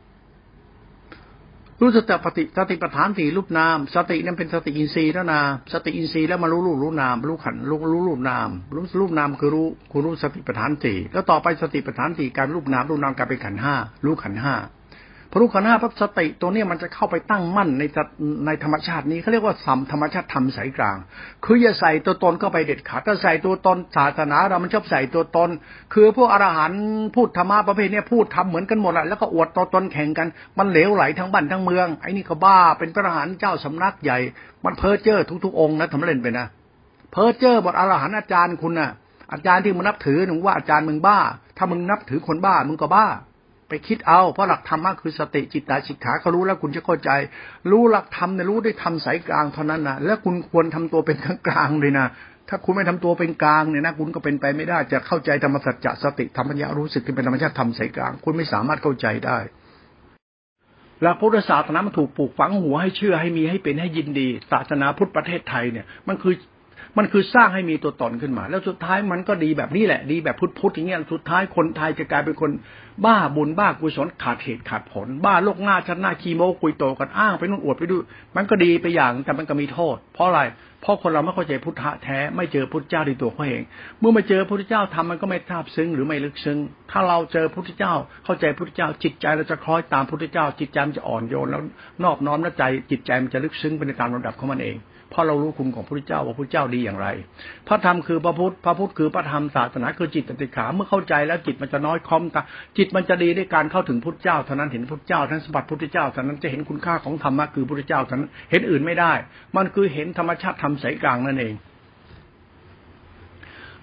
รู้สติปฏิสติปัฏฐานสี่รูปนามสตินั้นเป็นสติอินทรีย์แล้วนะสติอินทรีย์แล้วมารู้รูปรู้นามรู้ขันธ์รู้รู้รูปนามรู้รูปนามคือรู้คือรู้สติปัฏฐานสี่แล้วต่อไปสติปัฏฐานสี่การรูปนามรูปนามกลายเป็นขันธ์ห้ารู้ขันธ์ห้าพอรู้ขันธ์ห้าปั๊บสติตัวนี้มันจะเข้าไปตั้งมั่นในในธรรมชาตินี้เขาเรียกว่าสัมธรรมชาติธรรมสายกลางคืออย่าใส่ตัวตนเข้าไปเด็ดขาดถ้าใส่ตัวตนศาสนาเรามันชอบใส่ตัวตนคือพวกอรหันต์พูดธรรมะประเภทนี้พูดทำเหมือนกันหมดแหละแล้วก็อวดตัวตนแข่งกันมันเหลวไหลทั้งบ้านทั้งเมืองไอ้นี่ก็บ้าเป็นพระอรหันต์เจ้าสำนักใหญ่มันเพ้อเจ้อทุกๆองค์นะทำเล่นไปนะเพ้อเจ้อบทอรหันต์อาจารย์คุณน่ะอาจารย์ที่มึงนับถือหนูว่าอาจารย์มึงบ้าถ้ามึงนับถือคนบ้ามึงก็บ้าไปคิดเอาเพราะหลักธรรมะคือสติจิตตาสิกขาเขารู้แล้วคุณจะเข้าใจรู้หลักธรรมเนี่ยรู้ได้ทำสายกลางเท่านั้นนะแล้วคุณควรทำตัวเป็นกลางเลยนะถ้าคุณไม่ทำตัวเป็นกลางเนี่ยนะคุณก็เป็นไปไม่ได้จะเข้าใจธรรมสัจจะสติธรรมปัญญารู้สึกที่เป็นธรรมชาติธรรมสายกลางคุณไม่สามารถเข้าใจได้หลักพุทธศาสนามันถูกปลูกฝังหัวให้เชื่อให้มีให้เป็นให้ยินดีศาสนาพุทธประเทศไทยเนี่ยมันคือมันคือสร้างให้มีตัวตนขึ้นมาแล้วสุดท้ายมันก็ดีแบบนี้แหละดีแบบพุทธๆอย่างเงี้ยสุดท้ายคนไทยจะกลายเป็นคนบ้าบุญบ้ากุศลขาดเหตุขาดผลบ้าโลกหน้าชั้นหน้าคีโมคุยโตกันอ้างไปนู่นอวดไปดูมันก็ดีไปอย่างแต่มันก็มีโทษเพราะอะไรเพราะคนเราไม่เข้าใจพุทธะแท้ไม่เจอพุทธเจ้าในตัวเขาเองเมื่อมาเจอพุทธเจ้าทำมันก็ไม่ทราบซึ้งหรือไม่ลึกซึ้งถ้าเราเจอพุทธเจ้าเข้าใจพุทธเจ้าจิตใจเราจะคล้อยตามพุทธเจ้าจิตใจมันจะอ่อนโยนแล้วนอบน้อมน้ำใจจิตใจมันจะลึกซึ้งไปในตามลำดับของมันเองเพราะเรารู้คุณของพระพุทธเจ้าว่าพระพุทธเจ้าดีอย่างไรพระธรรมคือพระพุทธพระพุทธคือพระธรรมศาสนาคือจิตติขาเมื่อเข้าใจแล้วจิตมันจะน้อยคอมตาจิตมันจะดีด้วยการเข้าถึงพุทธเจ้าเท่านั้นเห็นพุทธเจ้าทั้งสัมผัสพุทธเจ้าเท่านั้นจะเห็นคุณค่าของธรรมะคือพุทธเจ้าเท่านั้นเห็นอื่นไม่ได้มันคือเห็นธรรมชาติธรรมสายกลางนั่นเอง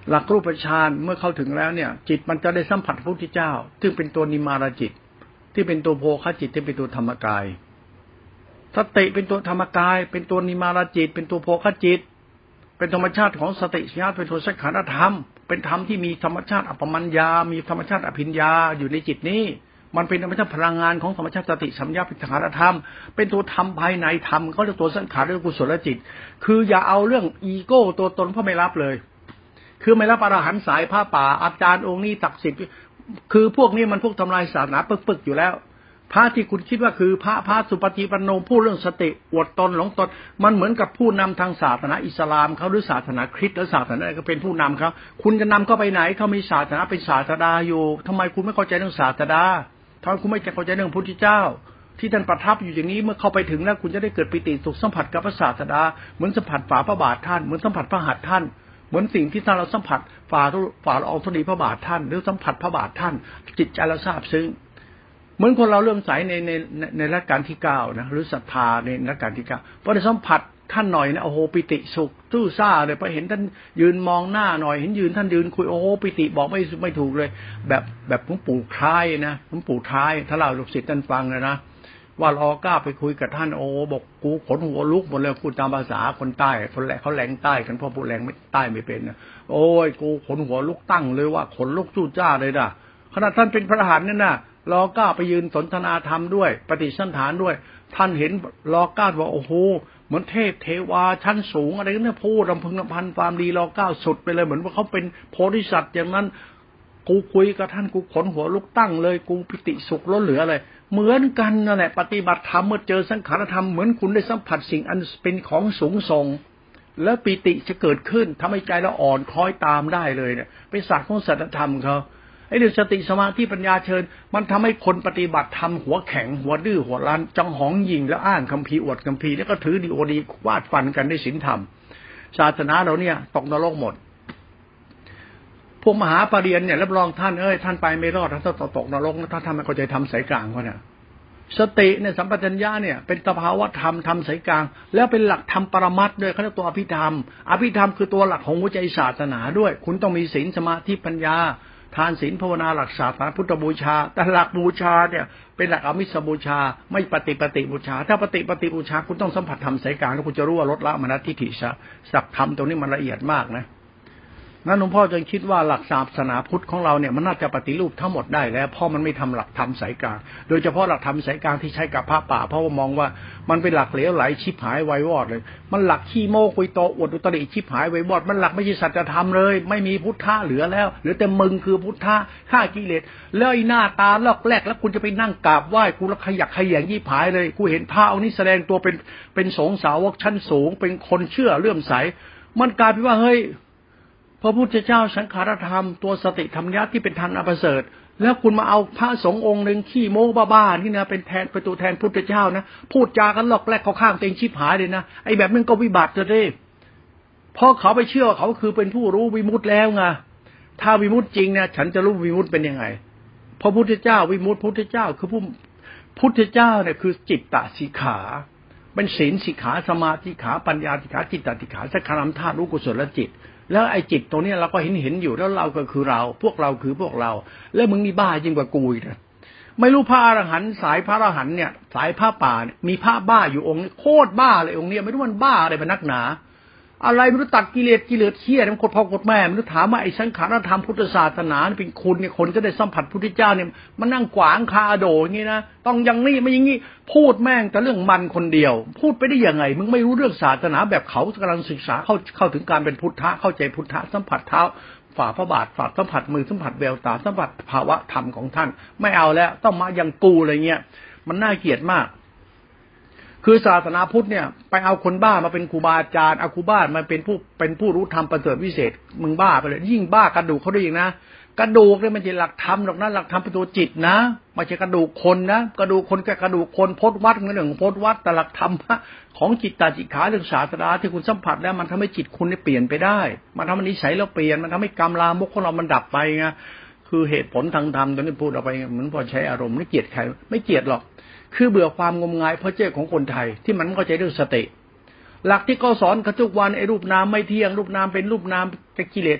หลักรูปฌานเมื่อเข้าถึงแล้วเนี่ยจิตมันจะได้สัมผัสพระพุทธเจ้าซึ่งเป็นตัวนิมารจิตที่เป็นตัวโภคจิตที่เป็นตัวธรรมกายสติเป็นตัวธรรมกายเป็นตัวนิมารจิตเป็นตัวโภคจิตเป็นธรรมชาติของสติสัญญาเป็นตัวสังขารธรรมเป็นธรรมที่มีธรรมชาติอัปปมัญญามีธรรมชาติอภิญญาอยู่ในจิตนี้มันเป็นธรรมชาติพลังงานของธรรมชาติสติสัมยาเป็นสังขารธรรมเป็นตัวธรรมภายในธรรมก็เรียกตัวสังขารเรื่องกุศลจิตคืออย่าเอาเรื่องอีโก้ตัวตนพ่อไม่รับเลยคือไม่รับอรหันต์สายผ้าป่าอาจารย์องค์นี้ศักดิ์สิทธิ์คือพวกนี้มันพวกทำลายศาสนาปึกๆอยู่แล้วพระที่คุณคิดว่าคือพระพระสุปฏิปันโนพูดเรื่องสติอวดตนหลงตนมันเหมือนกับผู้นำทางศาสนาอิสลามเขาหรือศาสนาคริสต์หรือศาสนาอะไรก็เป็นผู้นำเขาคุณจะนำเขาไปไหนเขามีศาสนาเป็นศาสดาอยู่ทำไมคุณไม่เข้าใจเรื่องศาสดาทำไมคุณไม่เข้าใจเรื่องพระพุทธเจ้าที่ท่านประทับอยู่อย่างนี้เมื่อเข้าไปถึงแล้วคุณจะได้เกิดปิติสุขสัมผัสกับพระศาสดาเหมือนสัมผัสฝ่าพระบาทท่านเหมือนสัมผัสพระหัตถ์ท่านเหมือนสิ่งที่ท่านเราสัมผัสฝ่าฝ่าละอองธุลีพระบาทท่านหรือสัมผัสพระบาทท่านจิตใจเราซาบซึ้งเหมือนคนเราเริ่มใสในในในรัชกาลที่เก้านะหรือศรัทธาในรัชกาลที่เก้าพอได้สัมผัสท่านหน่อยนะโอ้โหปิติสุขตู้ซ่าเลยพอเห็นท่านยืนมองหน้าหน่อยเห็นยืนท่านยืนคุยโอ้โหปิติบอกไม่ไม่ถูกเลยแบบแบบหลวงปู่คล้ายนะหลวงปู่คล้ายถ้าเราลูกศิษย์ท่านฟังเลยนะว่ารอกล้าไปคุยกับท่านโอ้บอกกูขนหัวลุกหมดเลยพูดตามภาษาคนใต้คนแหลกเขาแหลงใต้กันเพราะผู้แหลงไม่ใต้ไม่เป็นนะโอ้ยกูขนหัวลุกตั้งเลยว่าขนลุกจู้จ้าเลยนะขณะท่านเป็นพระอรหันต์เนี่ยนะรอกล้าไปยืนสนทนาธรรมด้วยปฏิสันถานด้วยท่านเห็นรอกล้าว่าโอ้โหเหมือนเทพเทวาชั้นสูงอะไรเนี่ยพูดรำพึงรำพันความดีรอกล้าสุดไปเลยเหมือนว่าเขาเป็นโพธิสัตว์อย่างนั้นกูคุยกับท่านกูขนหัวลุกตั้งเลยกูปิติสุขล้นเหลือเลยเหมือนกันนั่นแหละปฏิบัติธรรมเมื่อเจอสังขารธรรมเหมือนคุณได้สัมผัสสิ่งอันเป็นของสูงส่งแล้วปิติจะเกิดขึ้นทำให้ใจเราอ่อนคล้อยตามได้เลยเนี่ยเป็นศาสตร์ของสัจธรรมเขาไอ้เรื่องสติสมาธิปัญญาเชิญมันทำให้คนปฏิบัติธรรมหัวแข็งหัวดื้อหัวรั้นจังหองยิงแล้วอ้างคัมภีร์อวดคัมภีร์แล้วก็ถือดีโอดีวาดฟันกันด้วยศีลธรรมศาสนาเราเนี่ยตกนรกหมดพวกมหาปรริญญาเนี่ยรับรองท่านเอ้ยท่านไปไม่รอดท่านต้องตกนรกนะถ้าท่านไม่เข้าใจทำสายกลางเขาเนี่ยสติเนี่ยสัมปชัญญะเนี่ยเป็นสภาวะธรรมทำสายกลางแล้วเป็นหลักธรรมปรมัตถ์ด้วยเขาเรียกตัวอภิธรรมอภิธรรมคือตัวหลักของหัวใจศาสนาด้วยคุณต้องมีศีลสมาธิปัญญาทานศีลภาวนาหลักศาสนาพุทธบูชาแต่หลักบูชาเนี่ยเป็นหลักอมิสบูชาไม่ปฏิปฏิบูชาถ้าปฏิปฏิบูชาคุณต้องสัมผัสธรรมสายกลางแล้วคุณจะรู้ว่าลดละมนัสทิฏฐิสักธรรมตรงนี้มันละเอียดมากนะนั้นหลวงพ่อจึงคิดว่าหลักศาสนาพุทธของเราเนี่ยมันน่าจะปฏิรูปทั้งหมดได้แล้วเพราะมันไม่ทำหลักธรรมสายกลางโดยเฉพาะหลักธรรมสายกลางที่ใช้กับพระป่าเพราะว่ามองว่ามันเป็นหลักเหลวไหลชิบหายไววอดเลยมันหลักขี้โม้คุยโตอวดอุตริชิบหายไววอดมันหลักไม่ใช่สัจธรรมเลยไม่มีพุทธะเหลือแล้วเหลือแต่มึงคือพุทธะฆ่ากิเลสแล้วไอ้หน้าตาลอกแรกแล้วคุณจะไปนั่งกราบไหว้กูแล้วขยักขยงยี่ผายเลยกูเห็นพระองค์นี้แสดงตัวเป็นเป็นสงฆ์สาวกชั้นสูงเป็นคนเชื่อเลื่อมใสมันกลายเป็นว่าเฮ้ยพระพุทธเจ้าสังขารธรรมตัวสติธรรมญาที่เป็นธรรมอันประเสริฐแล้วคุณมาเอาพระสงฆ์องค์หนึ่งขี้โม้บ้าๆนี่นะเป็นแทนเป็นตัวแทนพุทธเจ้านะพูดจากันหลอกแรกเขาข้างตัวเองชิบหายเลยนะไอ้แบบนั้นก็วิบัติจะได้เพราะเขาไปเชื่อว่าเขาคือเป็นผู้รู้วิมุตติแล้วไงถ้าวิมุตติจริงเนี่ยฉันจะรู้วิมุตติเป็นยังไงพระพุทธเจ้าวิมุตติพุทธเจ้าคือผู้พุทธเจ้าเนี่ยคือจิตตสิกขาเป็นศีลสิกขาสมาธิขาปัญญาสิกขาจิตตสิกขาสักขารธาตุรู้กุศลจิตแล้วไอ้จิตตรงนี้เราก็เห็นเห็นอยู่แล้วเราก็คือเราพวกเราคือพวกเราแล้วมึงนี่บ้ายิ่งกว่ากูอีกนะไม่รู้พระอรหันต์สายพระอรหันต์เนี่ยสายพระป่าเนี่ยมีพระบ้าอยู่องค์นี้โคตรบ้าเลยองค์นี้ไม่รู้มันบ้าอะไรเป็นนักหนาอะไรไม่รู้ตัดกิเลสกิเลสเหี้ยมันกดพ่อกดแม่ไม่รู้ถามว่าไอ้สังขารธรรมพุทธศาสนาเป็นคุณเนี่ยคนจะได้สัมผัสพุทธเจ้าเนี่ยมันนั่งขวางคาโดอย่างงี้นะต้องอย่างนี้ไม่อย่างงี้พูดแม่งแต่เรื่องมันคนเดียวพูดไปได้ยังไงมึงไม่รู้เรื่องศาสนาแบบเขากำลังศึกษาเข้าเข้าถึงการเป็นพุทธะเข้าใจพุทธะสัมผัสเท้าฝ่าพระบาทฝ่าสัมผัสมือสัมผัสแววตาสัมผัสภาวะธรรมของท่านไม่เอาแล้วต้องมาอย่างกูอะไรเงี้ยมันน่าเกลียดมากคือศาสนาพุทธเนี่ยไปเอาคนบ้ามาเป็นครูบาอาจารย์เอาครูบ้ามาเป็นผู้เป็นผู้รู้ธรรมประเสริฐวิเศษมึงบ้าไปเลยยิ่งบ้ากระดูกเขาด้วยอีกนะกระดูกเนี่ยมันจะหลักธรรมหรอกนะหลักธรรมเป็นตัวจิตนะไม่ใช่กระดูกคนนะกระดูกคนกับกระดูกคนพจน์วัดเรื่องพจน์วัดแต่หลักธรรมของจิตตสิกขาเรื่องศาสนาที่คุณสัมผัสแล้วมันทำให้จิตคุณเนี่ยเปลี่ยนไปได้มันทำให้นิสัยเราเปลี่ยนมันทำให้กรรมลามกของเรามันดับไปไงคือเหตุผลทางธรรมตอนนี้พูดออกไปเหมือนพอใช้อารมณ์ไม่เกลียดใครไม่เกลียดหรอกคือเบื่อความงมงายเพ้อเจ้อของคนไทยที่มันไม่เข้าใจเรื่องสติหลักที่เขาสอนกันทุกวันไอ้รูปนามไม่เที่ยงรูปนามเป็นรูปนามเป็นกิเลส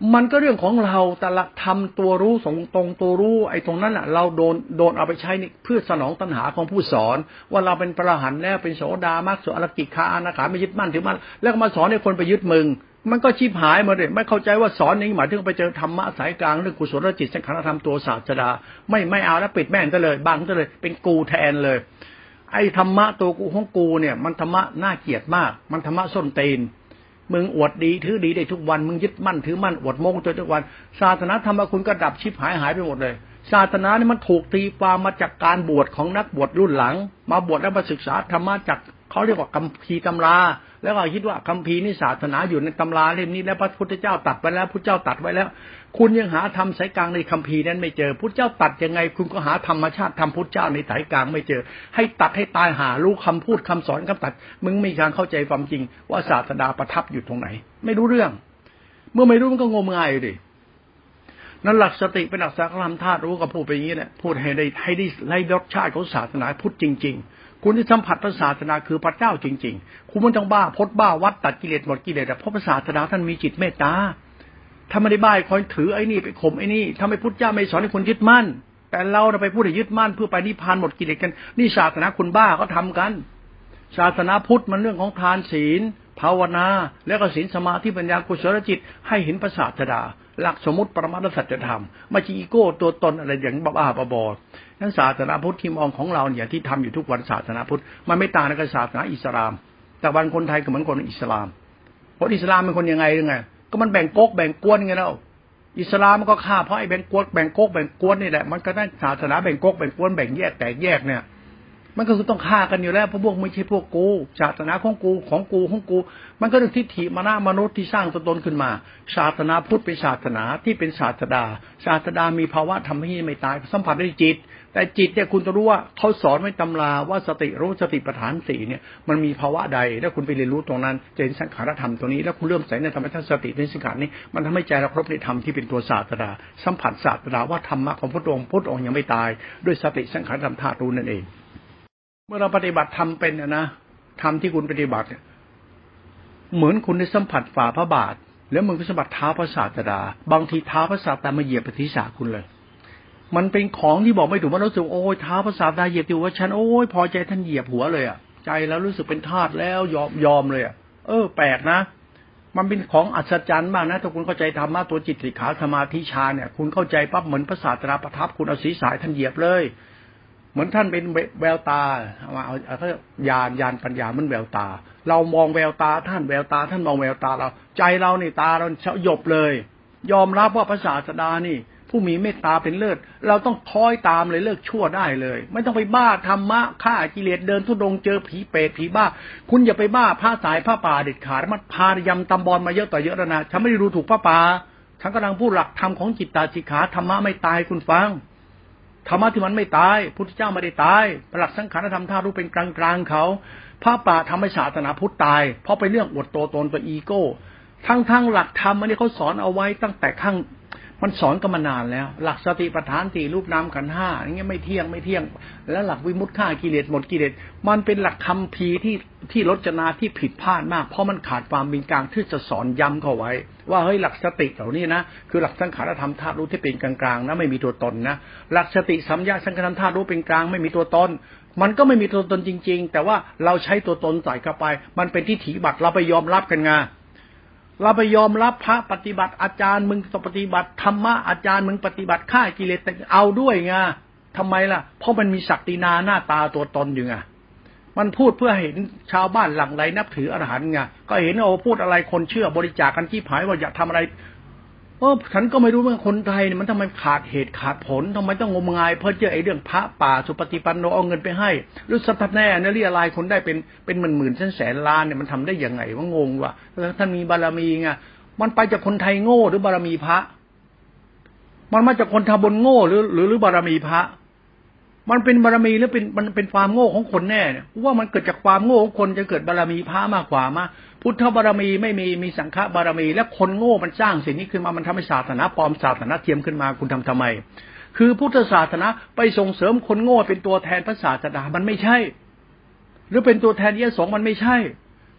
มันก็เรื่องของเราแต่หลักธรรมตัวรู้สงตรงตัวรู้ไอ้ตรงนั้นอ่ะเราโดนโดนเอาไปใช้นี่เพื่อสนองตัณหาของผู้สอนว่าเราเป็นพระอรหันต์แล้วเป็นโสดามรรคโสอรกิคาอนาคาไม่ยึดมั่นถือมั่นแล้วก็มาสอนให้คนไปยึดมึงมันก็ชิบหายหมดเลยไม่เข้าใจว่าสอนนี้หมายถึงไปเจอธรรมะสายกลางเรื่องกุศลจิตสังขารธรรมตัวศาสดาไม่ไม่เอาแล้วปิดแม่งซะเลยบังซะเลยเป็นกูแทนเลยไอ้ธรรมะตัวกูของกูเนี่ยมันธรรมะน่าเกลียดมากมันธรรมะส้นตีนมึงอวดดีถือดีได้ทุกวันมึงยึดมั่นถือมั่นอวดโม้ตัวทุกวันศาสนาธรรมคุณก็ดับชิบหายหายไปหมดเลยศาสนานี่มันถูกตีความมาจากการบวชของนักบวชรุ่นหลังมาบวชแล้วมาศึกษาธรรมะจากเขาเรียกว่าคัมภีร์ตำราแล้วก็คิดว่าคัมภีร์นี่ศาสนาอยู่ในตำราเล่มนี้แล้วพระพุทธเจ้าตัดไว้แล้วพุทธเจ้าตัดไว้แล้วคุณยังหาธรรมสายกลางในคัมภีร์นั้นไม่เจอพุทธเจ้าตัดยังไงคุณก็หาธรรมชาติธรรมพุทธเจ้าในสายกลางไม่เจอให้ตัดให้ตายหารู้คำพูดคำสอนคำตัดมึงไม่มีการเข้าใจความจริงว่าศาสดาประทับอยู่ตรงไหนไม่รู้เรื่องเมื่อไม่รู้มันก็งมงายอยู่ดินั่นหลักสติเป็นหลักสังขารธาตุรู้ก็พูดไปอย่างนี้แหละพูดให้ได้ให้ได้ให้รสชาติของศาสนาพุทธจริงๆคุณที่สัมผัสพระศาสนาคือพระเจ้าจริงๆคุณไม่ต้องบ้าพดบ้าวัดตัดกิเลสหมดกิเลสแต่เพราะพระศาสนาท่านมีจิตเมตตาถ้าไม่ได้บ้าคอยถือไอ้นี่ไปข่มไอ้นี่ถ้าไม่พุทธเจ้าไม่สอนให้คุณยึดมั่นแต่เราไปพูดให้ยึดมั่นเพื่อไปนิพพานหมดกิเลสกันนี่ศาสนาคุณบ้าเขาทำกันศาสนาพุทธมันเรื่องของทานศีลภาวนาแล้วก็ศีลสมาธิปัญญากุศลจิตให้เห็นพระศาสดาหลักสมมุติปรมัตถสัจธรรมไม่ใช่อีโก้ตัวตนอะไรอย่างบ้าๆบอๆนั้นศาสนาพุทธที่มองของเราเนี่ยที่ทำอยู่ทุกวันศาสนาพุทธมันไม่ต่างกับศาสนาอิสลามแต่วันคนไทยก็เหมือนคนอิสลามคนอิสลามเป็นคนยังไงยังไงก็มันแบ่งก๊กแบ่งกวนไงเนาะอิสลามมันก็ฆ่าเพราะไอ้แบ่งก๊กแบ่งก๊กแบ่งกวนนี่แหละมันก็ได้ศาสนาแบ่งก๊กแบ่งกวนแบ่งแยกแตกแยกเนี่ยมันก็คือต้องฆ่ากันอยู่แล้วเพราะพวกไม่ใช่พวกกูศาสนาของกูของกูของกูมันก็เรื่องทิฏฐิมานะมนุษย์ที่สร้างตัวตนขึ้นมาศาสนาพุทธเป็นศาสนาที่เป็นศาสดาศาสดามีภาวะทำให้ไม่ตายสัมผัสได้จิตแต่จิตเนี่ยคุณต้องรู้ว่าเขาสอนไว้ตำราว่าสติรู้สติปัฏฐานสี่เนี่ยมันมีภาวะใดแล้วคุณไปเรียนรู้ตรงนั้นจะเห็นสังขารธรรมตัวนี้แล้วคุณเริ่มใส่ในธรรมชาติสติในสังขารนี้มันทำให้ใจเราครบในธรรมที่เป็นตัวศาสดาสัมผัสศาสดาว่าธรรมะของพระองค์พระองค์ยังไม่ตายด้วยสติสังขารธรรมธาตุรู้นั่นเองเมื่อเราปฏิบัติธรรมเป็นนะธรรมที่คุณปฏิบัติเนี่ยเหมือนคุณได้สัมผัสฝ่าพระบาทแล้วมึงก็สัมผัสเท้าพระศาสดาบางทีเท้าพระศาสดามาเหยียบปฏิสาคุณเลยมันเป็นของที่บอกไม่ถูกมันรู้สึกโอ้ยเท้าพระศาสดาเหยียบที่หัวฉันโอ้ยพอใจท่านเหยียบหัวเลยอ่ะใจแล้วรู้สึกเป็นทาสแล้วยอมยอมเลยอ่ะเออแปลกนะมันเป็นของอัศจรรย์มากนะถ้าคุณเข้าใจธรรมะตัวจิตสิกขาสมาธิฌานเนี่ยคุณเข้าใจปั๊บเหมือนพระศาสดาประทับคุณเอาศีรษะท่านเหยียบเลยเหมือนท่านเป็นแววตาเอาเอาเอาญาณญาณปัญญามันแววตาเรามองแววตาท่านแววตาท่านมองแววตาเราใจเรานี่ตาเราเฉยบเลยยอมรับว่าพระศาสดานี่ผู้มีเมตตาเป็นเลิศเราต้องคอยตามเลยเลิกชั่วได้เลยไม่ต้องไปบ้าธรรมะฆ่ากิเลสเดินทุดงเจอผีเปรตผีบ้าคุณอย่าไปบ้าผ้าสายผ้าป่าเด็ดขาดมันพายำตำบอลมาเยอะต่อเยอะแล้วนะฉันไม่ได้รู้ถูกผ้าป่าฉันกำลังพูดหลักธรรมของจิตตาสิกขาธรรมะไม่ตายคุณฟังธรรมะที่มันไม่ตายพุทธเจ้าไม่ได้ตายหลักสังขารธรรมธาตุรู้เป็นกลางๆเขาพระป่าทำให้ศาสนาพุทธตายเพราะไปเรื่องอวดตัวตนตัวอีโก้ทั้งๆหลักธรรมอันนี้เขาสอนเอาไว้ตั้งแต่ข้างมันสอนกันมานานแล้วหลักสติปัฏฐานสี่รูปนามขันธ์ห้าอย่างเงี้ยไม่เที่ยงไม่เที่ยงแล้วหลักวิมุตติฆ่ากิเลสหมดกิเลสมันเป็นหลักคัมภีร์ที่ที่รจนาที่ผิดพลาดมากเพราะมันขาดความเป็นกลางที่จะสอนย้ำเข้าไว้ว่าเฮ้ยหลักสติเหล่านี้นะคือหลักสังขารธรรมธาตุรู้ที่เป็นกลางๆนะไม่มีตัวตนนะหลักสติสัมยาสังขารธรรมธาตุรู้เป็นกลางไม่มีตัวตนมันก็ไม่มีตัวตนจริงๆแต่ว่าเราใช้ตัวตนใส่เข้าไปมันเป็นทิฏฐิบัตรเราไปยอมรับกันไงเราไปยอมรับพระปฏิบัติอาจารย์มึงปฏิบัติธรรมะอาจารย์มึงปฏิบัติฆ่ากิเลสเอาด้วยไงทำไมล่ะเพราะมันมีศักดินาหน้าตาตัวตนอยู่ไงมันพูดเพื่อเห็นชาวบ้านหลั่งไหลนับถืออรหันต์ไงก็เห็นโอ้พูดอะไรคนเชื่อบริจาคกันที่ผายว่าอยากทำอะไรเออฉันก็ไม่รู้ว่าคนไทยเนี่ยมันทำไมขาดเหตุขาดผลทำไมต้องงมงายเพื่อเจอไอ้เรื่องพระป่าสุปฏิปันโนเอาเงินไปให้หรือสัพพแน่เนี่ยเรียรายคนได้เป็นเป็นหมื่นหมื่นแสนแสนล้านเนี่ยมันทำได้ยังไงว่างงว่ะแล้วท่านมีบารมีไงมันไปจากคนไทยโง่หรือบารมีพระมันมาจากคนทำบนโง่หรือหรือหรือบารมีพระมันเป็นบารมีหรือเป็นมันเป็นความโง่ของคนแน่เนี่ยว่ามันเกิดจากความโง่ของคนจะเกิดบารมีพระมากกว่ามาพุทธบารมีไม่มีมีสังฆบารมีและคนโง่มันสร้างสิ่งนี้ขึ้นมามันทำให้ศาสนาปลอมศาสนาเทียมขึ้นมาคุณทำทำไมคือพุทธศาสนาไปส่งเสริมคนโง่เป็นตัวแทนพระศาสดามันไม่ใช่หรือเป็นตัวแทนยะสงฆ์มันไม่ใช่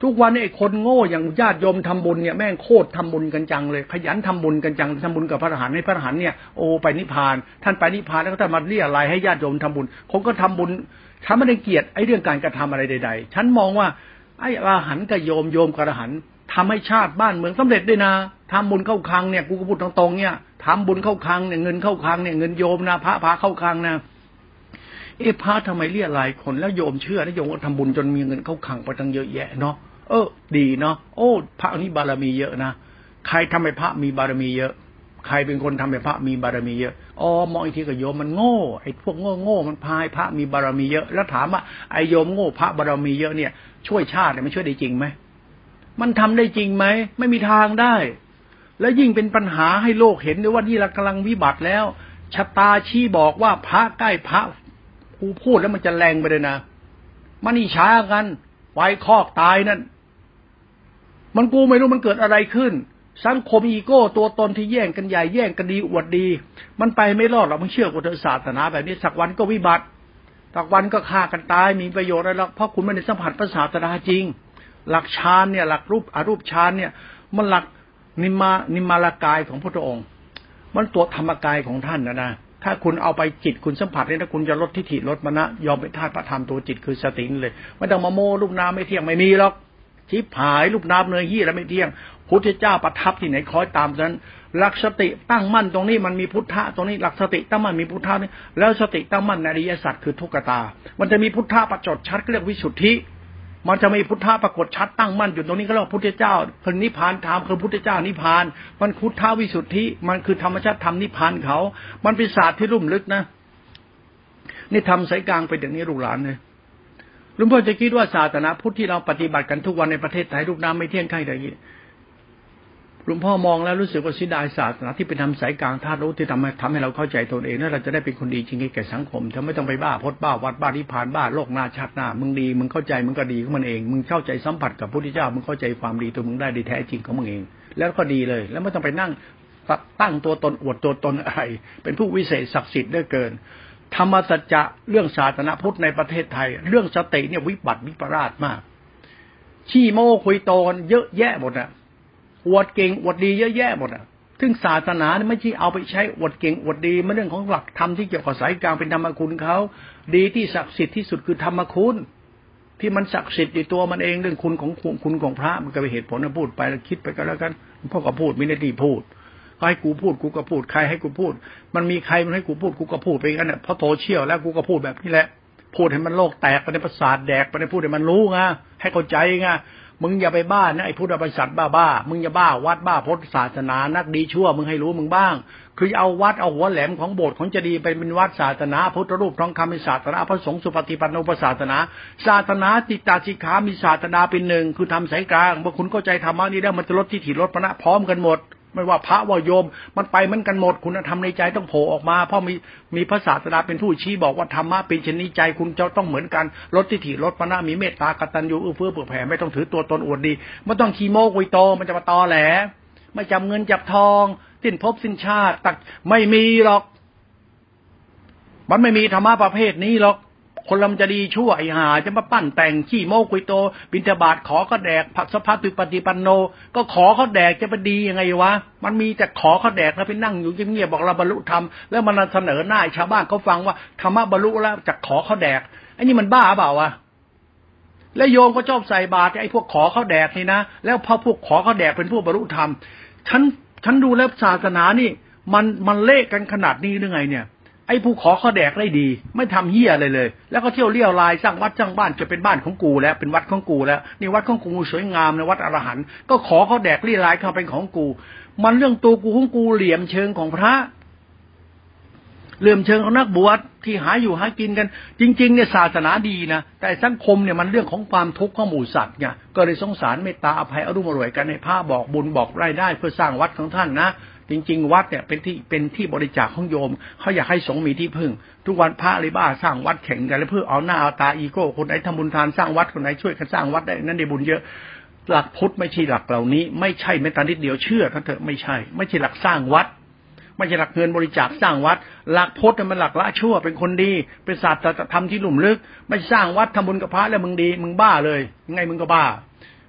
ทุกวันนี้ไอ้คนโง่อย่างญาติโยมทำบุญเนี่ยแม่งโคตรทำบุญกันจังเลยขยันทำบุญกันจังทำบุญกับพระอรหันต์ให้พระอรหันต์เนี่ยโอ้ไปนิพพานท่านไปนิพพานแล้วก็ท่านมาเรียอะไรให้ญาติโยมทำบุญคนก็ทำบุญฉันไม่ได้เกลียดไอ้เรื่องการกระทำอะไรใดๆฉันมองว่าไอ้อรหันต์กับโยมโยมกับอรหันต์ทำให้ชาติบ้านเมืองสำเร็จด้วยนะทำบุญเข้าคลังเนี่ยกูก็พูดตรงๆเนี่ยทำบุญเข้าคลังเนี่ยเงินเข้าคลังเนี่ยเงินโยมนะพระพาเข้าคลังนะเอ๊ะพระทำไมเรียอะไรคนแล้วโยมเชื่อแล้วโยมก็ทำบุญจนมีเงินเข้าคลังไปตั้งเยอะแยะเนาะเออดีเนาะโอ้พระนี่บารมีเยอะนะใครทำให้พระมีบารมีเยอะใครเป็นคนทำให้พระมีบารมีเยอะอ๋อมองอีกทีก็โยมมันโง่ไอ้พวกโง่โง่มันพายพระมีบารมีเยอะแล้วถามว่าไอ้โยมโง่พระบารมีเยอะเนี่ยช่วยชาติเนี่ยมันช่วยได้จริงไหมมันทำได้จริงไหมไม่มีทางได้แล้วยิ่งเป็นปัญหาให้โลกเห็นด้วยว่านี่เรากำลังวิบัติแล้วชะตาชี้บอกว่าพระใกล้พระกูพูดแล้วมันจะแรงไปเลยนะมันอิจฉากันไฟคอกตายนั่นมันกูไม่รู้มันเกิดอะไรขึ้นสังคมอีโก้ตัวตนที่แย่งกันใหญ่แย่งกันดีอวดดีมันไปไม่รอดหรอกมึงเชื่อกูเถอะศาสนาแบบนี้สักวันก็วิบัติสักวันก็ฆ่ากันตายมีประโยชน์อะไรหรอกเพราะคุณไม่ได้สัมผัสพระศาสนาจริงหลักฌานเนี่ยหลักรูปอรูปฌานเนี่ยมันหลักนิมมานิมมารกายของพระองค์มันตัวธรรมกายของท่านนะนะถ้าคุณเอาไปจิตคุณสัมผัสเนี่ยถ้าคุณจะลดทิฏฐิลดมรณะยอมเป็นธาตุพระธรรมตัวจิตคือสติเลยไม่ต้องมาโม้ลูกน้ำไม่เที่ยงไม่มีหรอกชิบหายลูกน้ำเนยยี่แล้วไม่เที่ยงพุทธเจ้าประทับที่ไหนคอยตามนั้นหลักสติตั้งมั่นตรงนี้มันมีพุทธะตรงนี้หลักสติตั้งมั่นมีพุทธะนี่แล้วสติตั้งมั่นในอริยสัจคือทุกขตามันจะมีพุทธะประจดชัดเรียกวิสุทธิมันจะมีพุทธะปรากฏชัดตั้งมั่นอยู่ตรงนี้ก็เรียกพุทธเจ้าคือนิพพานธรรมคือพุทธเจ้านิพพานมันพุทธะวิสุทธิมันคือธรรมชาติธรรมนิพพานเขามันเป็นศาสตร์ที่ลุ่มลึกนะนี่ทำสายกลางไปอย่างนี้ลูกหลานเลยหลวงพ่อจะคิดว่าศาสนาพุทธที่เราปฏิบัติกันทุกวันในประเทศไทยลูกน้ำไม่เที่ยงใครใดนี้หลวงพ่อมองแล้วรู้สึกว่าเสียดายศาสนาที่เป็นทำสายกลางธาตุรู้ที่ทำให้ทำให้เราเข้าใจตนเองแล้วเราจะได้เป็นคนดีจริงๆแก่สังคมจะไม่ต้องไปบ้าพดบ้าวัดบ้านิพพานบ้าโลกหน้าชาติหน้ามึงดีมึงเข้าใจมึงก็ดีของมันเองมึงเข้าใจสัมผัสกับพระพุทธเจ้ามึงเข้าใจความดีตัวมึงได้ดีแท้จริงของมึงเองแล้วก็ดีเลยแล้วไม่ต้องไปนั่งตั้งตัวตนอวดตัวตนอะไรเป็นผู้วิเศษศักดิ์สิทธิ์เหลือเกินธรรมสัจจะเรื่องศาสนาพุทธในประเทศไทยเรื่องสติเนี่ยวิบัติวิปราชมากขี้โม้คุยโตกันเยอะแยะหมดอ่ะอวดเก่งอวดดีเยอะแยะหมดอ่ะซึ่งศาสนาเนี่ยไม่ใช่เอาไปใช้อวดเก่งอวดดีมันเรื่องของหลักธรรมที่เกี่ยวกับสายกลางเป็นธรรมคุณเขาดีที่ศักดิ์สิทธิ์ที่สุดคือธรรมคุณที่มันศักดิ์สิทธิ์ในตัวมันเองเรื่องคุณของคุณของพระมันก็เป็นเหตุผลนะพูดไปแล้วคิดไปก็แล้วกันพ่อก็พูดไม่ได้ดีพูดให้กูพูดกูก็พูดใครให้กูพูดมันมีใครมันให้กูพูดกูก็พูดไปงั้นน่ะเพราะโตเชี่ยวแล้วกูก็พูดแบบนี้แหละพูดให้มันโลกแตกไปในประสาทแดกไปในพูดให้มันรู้ไงให้เข้าใจไงมึงอย่าไปบ้านะไอ้พุทธบริษัทบ้าๆมึงอย่าบ้าวัดบ้าพุทธศาสนานักดีชั่วมึงให้รู้มึงบ้างคือเอาวัดเอาหัวแหลมของโบสถ์ของเจดีย์ไปเป็นวัดศาสนาพุทธรูปทองคำเป็นศาสนาพระสงฆ์สุปฏิปันโนปศาสนาศาสนาจิตตาสิกขามีศาสนาเป็นหนึ่งคือทำสายกลางเมื่อคุณเข้าใจธรรมะนี้แล้วมันจะลดทิฏฐิลดมรณะพร้อมกันหมดไม่ว่าพระว่าโยมมันไปเหมือนกันหมดคุณธรรมในใจต้องโผล่ออกมาเพราะมีมีพระศาสดาเป็นผู้ชี้บอกว่าธรรมะเป็นชนิดใจคุณจะต้องเหมือนกันลดทิฏฐิลดมรณะมีเมตตากตัญญูเอื้อเฟื้อเผื่อแผ่ไม่ต้องถือตัวตนอวดดีไม่ต้องขี้โม้กุยโตมันจะมาตอแหลไม่จับเงินจับทองสิ้นภพสิ้นชาติตักไม่มีหรอกมันไม่มีธรรมะประเภทนี้หรอกคนลำจะดีชั่วไอ้ห่าจะมาปั้นแต่งขี้โม้กุยโตบิณฑบาตขอก็แดกผักสะพัดตุปฏิปันโนก็ขอเขาแดกจะไปดียังไงวะมันมีแต่ขอเขาแดกแล้วไปนั่งอยู่เงียบๆบอกเราบรรลุธรรมแล้วมันเสนอหน้าชาวบ้านเขาฟังว่าธรรมะบรรลุแล้วจะขอเขาแดกไอ้นี่มันบ้าเปล่าวะแล้วโยมก็ชอบใส่บาตรไอ้พวกขอเขาแดกนี่นะแล้วพอพวกขอเขาแดกเป็นผู้บรรลุธรรมฉันฉันดูแล้วศาสนานี่มันมันเละกันขนาดนี้หรือไงเนี่ยไอ้ผู้ขอเขาแดกได้ดีไม่ทำเหี้ยอะไรเลยแล้วก็เที่ยวเลี้ยวลายสร้างวัดสร้างบ้านจะเป็นบ้านของกูแล้วเป็นวัดของกูแล้วนี่วัดของกูสวยงามนะวัดอรหันต์ก็ขอเขาแดกเลี้ยลายเข้าเป็นของกูมันเรื่องตัวกูของกูเหลี่ยมเชิงของพระเหลี่ยมเชิงของนักบวชที่หาอยู่หากินกันจริงๆเนี่ยศาสนาดีนะแต่สังคมเนี่ยมันเรื่องของความทุกข์ของหมู่สัตว์ไงก็เลยสงสารเมตตาอภัยอรุ่มอร่วยกันให้พระบอกบุญบอกรายได้เพื่อสร้างวัดของท่านนะจริงๆวัดเนี่ยเป็นที่เป็นที่บริจาคของโยมเขาอยากให้สงฆ์มีที่พึ่งทุกวันพระเลยบ้าสร้างวัดแข่งกันแล้วเพื่อเอาหน้าเอาตาอีโก้คนไหนทำบุญทานสร้างวัดคนไหนช่วยกันสร้างวัดได้นั่นได้บุญเยอะหลักพุทธไม่ใช่หลักเหล่านี้ไม่ใช่แม้แต่นิดเดียวเชื่อท่านเถอะไม่ใช่ไม่ใช่หลักสร้างวัดไม่ใช่หลักเงินบริจาคสร้างวัดหลักพุทธมันหลักละชั่วเป็นคนดีเป็นศาสตร์ธรรมที่ลุ่มลึกไม่สร้างวัดทำบุญกับพระแล้วมึงดีมึงบ้าเลยยังไงมึงก็บ้า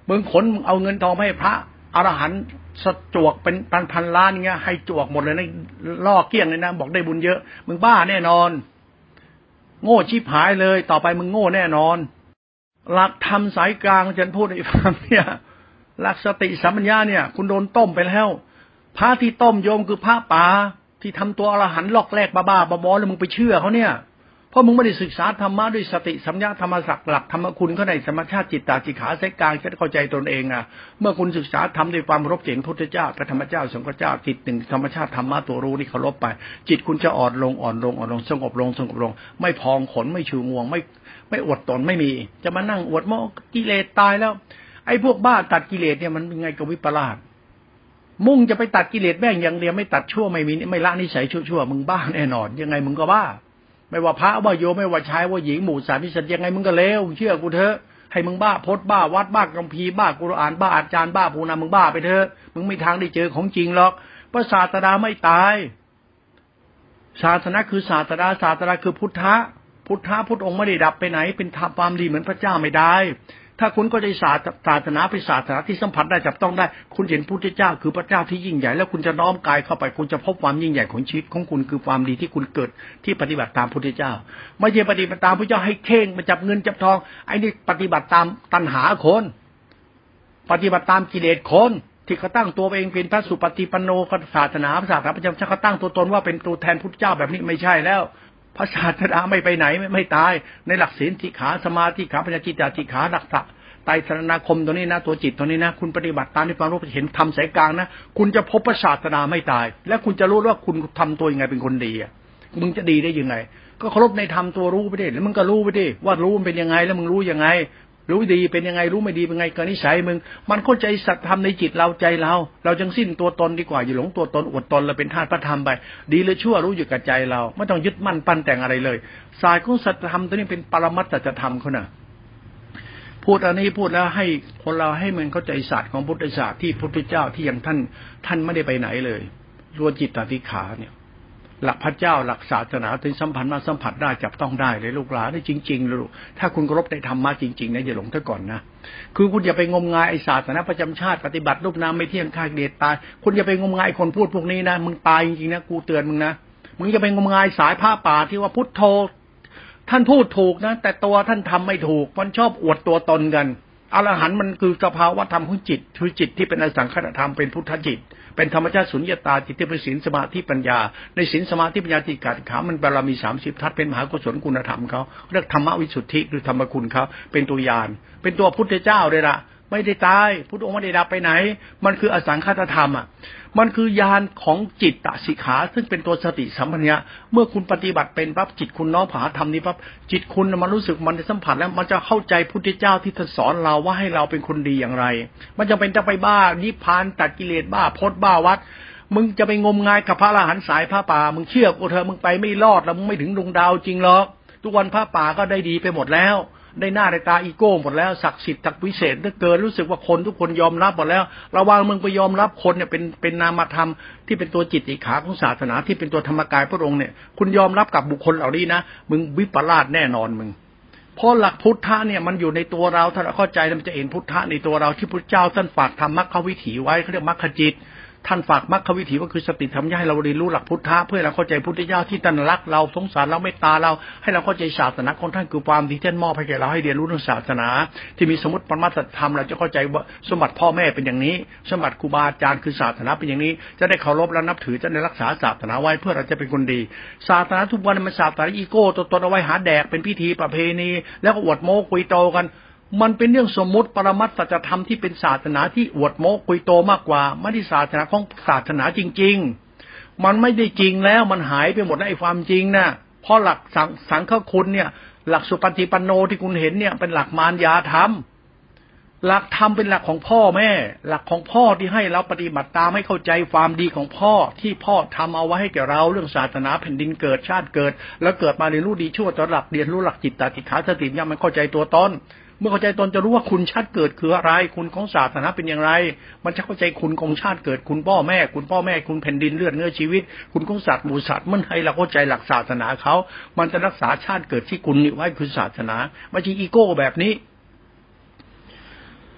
มึงขนมึงเอาเงินทองให้พระอรหันต์สจวกเป็นพันพันล้านเงี้ยให้จวกหมดเลยนะล่อเกี้ยงเลยนะบอกได้บุญเยอะมึงบ้าแน่นอนโง่ชิบหายเลยต่อไปมึงโง่แน่นอนหลักธรรมสายกลางฉันพูดให้ฟังเนี่ยหลักสติสัมปชัญญะเนี่ยคุณโดนต้มไปแล้วพระที่ต้มโยมคือพระป่าที่ทำตัวอรหันต์ลอกแรกบ้าๆบอๆแล้วมึงไปเชื่อเขาเนี่ยเพราะมึงไม่ได้ศึกษาธรรมะด้วยสติสัมปชัญญะธรรมศักดิ์หลักธรรมคุณเขาในสมชาติจิตตาจิขาสายกลางจะเข้าใจตนเองอ่ะเมื่อคุณศึกษาธรรมด้วยความเคารพเห็นพุทธเจ้าพระธรรมเจ้าสงฆ์เจ้าจิตหนึ่งธรรมชาติธรรมะตัวรู้นี่เคารพไปจิตคุณจะอ่อนลงอ่อนลงอ่อนลงสงบลงสงบลงไม่พองขนไม่ชูงวงไม่ไม่อวดตนไม่มีจะมานั่งอวดโม้กิเลสตายแล้วไอ้พวกบ้าตัดกิเลสเนี่ยมันเป็นไงกับวิปลาสมุ่งจะไปตัดกิเลสแม่งอย่างเดียวไม่ตัดชั่วไม่มีไม่ละนิสัยชั่วๆมึงบ้าแน่นอนยังไงมึงก็บ้าไม่ว่าพระว่าโยมไม่ว่าชายว่าหญิงหมู่สามิสัตยังไงมึงก็เลวเชื่อกูเถอะให้มึงบ้าพดบ้าวัดบ้ากัมพีบ้ากุรอานบ้าอาจารย์บ้าผู้นำมึงบ้าไปเถอะมึงไม่ทางได้เจอของจริงหรอกพระศาสดาไม่ตายศาสนาคือศาสดาศาสดาคือพุทธะพุทธะพุทธองค์ไม่ได้ดับไปไหนเป็นธรรมความดีเหมือนพระเจ้าไม่ได้ถ้าคุณก็จะศาสนาเป็นศาสนาที่สัมผัสได้จับต้องได้คุณเห็นพุทธเจ้าคือพระเจ้าที่ยิ่งใหญ่แล้วคุณจะน้อมกายเข้าไปคุณจะพบความยิ่งใหญ่ของชีวิตของคุณคือความดีที่คุณเกิดที่ปฏิบัติตามพุทธเจ้าไม่ใช่ปฏิบัติตามพระเจ้าให้เข่งมาจับเงินจับทองไอ้นี่ปฏิบัติตามตัณหาคนปฏิบัติตามกิเลสคนที่เขาตั้งตัวเองเป็นพระสุปฏิปันโนศาสนาศาสนาประจำชาติเขาตั้งตัวตนว่าเป็นตัวแทนพุทธเจ้าแบบนี้ไม่ใช่แล้วพระศาสดาไม่ไปไหนไม่ไม่ตายในหลักศีลสิกขาสมาธิขาปัญญาจิตตสิกขาหลักสักไตรสรณคมตัวนี้นะตัวจิตตัวนี้นะคุณปฏิบัติตามที่ความรู้เห็นธรรมสายกลางนะคุณจะพบพระศาสดาไม่ตายและคุณจะรู้ว่าคุณทำตัวยังไงเป็นคนดีอ่ะมึงจะดีได้ยังไงก็เคารพในธรรมตัวรู้ไปดิแล้วมึงก็รู้ไปดิว่ารู้มันเป็นยังไงแล้วมึงรู้ยังไงรู้ดีเป็นยังไงรู้ไม่ดีเป็นไงก็นิสัยมึงมันเข้าใจสัตธรรมในจิตเราใจเราเราจึงสิ้นตัวตนดีกว่าอย่าหลงตัวตนอวดตนเราเป็นธาตุพระธรรมไปดีหรือชั่วรู้อยู่กับใจเราไม่ต้องยึดมั่นปั้นแต่งอะไรเลยศาสตร์ของสัตธรรมตัวนี้เป็นปรมัตถสัจธรรมเขาน่ะพูดอันนี้พูดแล้วให้คนเราให้มันเข้าใจศาสตร์ของพุทธศาสตร์ที่พุทธเจ้าที่ยังท่านท่านไม่ได้ไปไหนเลยตัวจิตตติขาเนี่ยหลักพระเจ้าหลักศาสนาถึงสัมพันธ์มาสัมผัสได้จับต้องได้เลยลูกหลานได้จริงๆเลยลูกถ้าคุณเคารพในธรรมะจริงๆนะอย่าหลงเท่าก่อนนะคือคุณอย่าไปงมงายไอ้ศาสนาประจำชาติปฏิบัติรูปนามไม่เที่ยงค่าเดชตายคุณอย่าไปงมงายคนพูดพวกนี้นะมึงตายจริงๆนะกูเตือนมึงนะมึงอย่าไปงมงายสายผ้าป่าที่ว่าพุทโธท่านพูดถูกนะแต่ตัวท่านทำไม่ถูกมันชอบอวดตัวตนกันอรหันต์มันคือสภาวะธรรมของจิตคือจิตที่เป็นอสังขตธรรมเป็นพุทธจิตเป็นธรรมชาติสุญญตาจิตที่เป็นศีลสมาธิปัญญาในศีลสมาธิปัญญาจิตกัดขามันบารมีสามสิบทัศเป็นมหากุศลคุณธรรมเขาเรียกธรรมวิสุทธิหรือธรรมคุณเขาเป็นตัวยานเป็นตัวพุทธเจ้าเลยล่ะไม่ได้ตายพุทธองค์ไม่ได้ดับไปไหนมันคืออสังขตธรรมอ่ะมันคือยานของจิตตสิกขาซึ่งเป็นตัวสติสัมปชัญญะเมื่อคุณปฏิบัติเป็นปั๊บจิตคุณน้อมหาธรรมนี้ปั๊บจิตคุณมันรู้สึกมันสัมผัสแล้วมันจะเข้าใจพุทธเจ้าที่ท่านสอนเราว่าให้เราเป็นคนดีอย่างไรมันจะเป็นจะไปบ้านิพพานตัดกิเลสบ้าพดบ้าวัดมึงจะไปงมงายกับพระอรหันต์สายพระป่ามึงเชื่อกูเถอะมึงไปไม่รอดแล้วมึงไม่ถึงดวงดาวจริงหรอกทุกวันพระป่าก็ได้ดีไปหมดแล้วได้หน้าได้ตาอีโก้หมดแล้วศักดิ์สิทธิ์ทักวิเศษเหลือเกินรู้สึกว่าคนทุกคนยอมรับหมดแล้วระวังมึงไปยอมรับคนเนี่ยเป็นเป็นนามธรรมที่เป็นตัวจิตติขาของศาสนาที่เป็นตัวธรรมกายพระองค์เนี่ยคุณยอมรับกับบุคคลเหล่านี้นะมึงวิปลาสแน่นอนมึงเพราะหลักพุทธะเนี่ยมันอยู่ในตัวเราถ้าเราเข้าใจมันจะเห็นพุทธะในตัวเราที่พระเจ้าท่านฝากทำมรรควิถีไว้เขาเรียกมรรคจิตท่านฝากมรรควิถีว่าคือสติธรรมให้เราเรียนรู้หลักพุทธะเพื่อเราเข้าใจพุทธเจ้าที่ท่านรักเราสงสารเราเมตตาเราให้เราเข้าใจศาสนาของท่านคือความดีที่ท่านมอบให้แก่เราให้เรียนรู้เรื่องศาสนาที่มีสมมติปรมัตถธรรมเราจะเข้าใจว่าสมบัติพ่อแม่เป็นอย่างนี้สมบัติครูบาอาจารย์คือศาสนาเป็นอย่างนี้จะได้เคารพและนับถือจะได้รักษาศาสนาไว้เพื่อเราจะเป็นคนดีศาสนาทุกวันมันศาสนาอีโก้ตัวตนเอาไว้หาแดกเป็นพิธีประเพณีแล้วก็อวดโม้คุยโตกันมันเป็นเรื่องสมมุติปรมัตถสัจธรรมที่เป็นศาสนาที่อวดโม้คุยโตมากกว่าไม่ได้ศาสนาของศาสนาจริงๆมันไม่ได้จริงแล้วมันหายไปหมดแล้วไอ้ความจริงนะเพราะหลักสังสังฆคุณเนี่ยหลักสุปฏิปันโนที่คุณเห็นเนี่ยเป็นหลักมารยาธรรมหลักธรรมเป็นหลักของพ่อแม่หลักของพ่อที่ให้เราปฏิบัติตามให้เข้าใจความดีของพ่อที่พ่อทำเอาไว้ให้แก่เราเรื่องศาสนาแผ่นดินเกิดชาติเกิดแล้วเกิดมาเรียนรู้ดีชั่วตอนหลักเรียนรู้หลักจิตตติขาสติเนี่ยมันเข้าใจตัวตนเมื่อเข้าใจตนจะรู้ว่าคุณชาติเกิดคืออะไรคุณของศาสนาเป็นอย่างไรมันจะเข้าใจคุณของชาติเกิดคุณพ่อแม่คุณพ่อแม่คุณแผ่นดินเลือดเนื้อชีวิตคุณของสัตว์หมู่สัตว์มันให้เราเข้าใจหลักศาสนาเขามันจะรักษาชาติเกิดที่คุณนี่ไว้คือศาสนาไม่ใช่อีโก้แบบนี้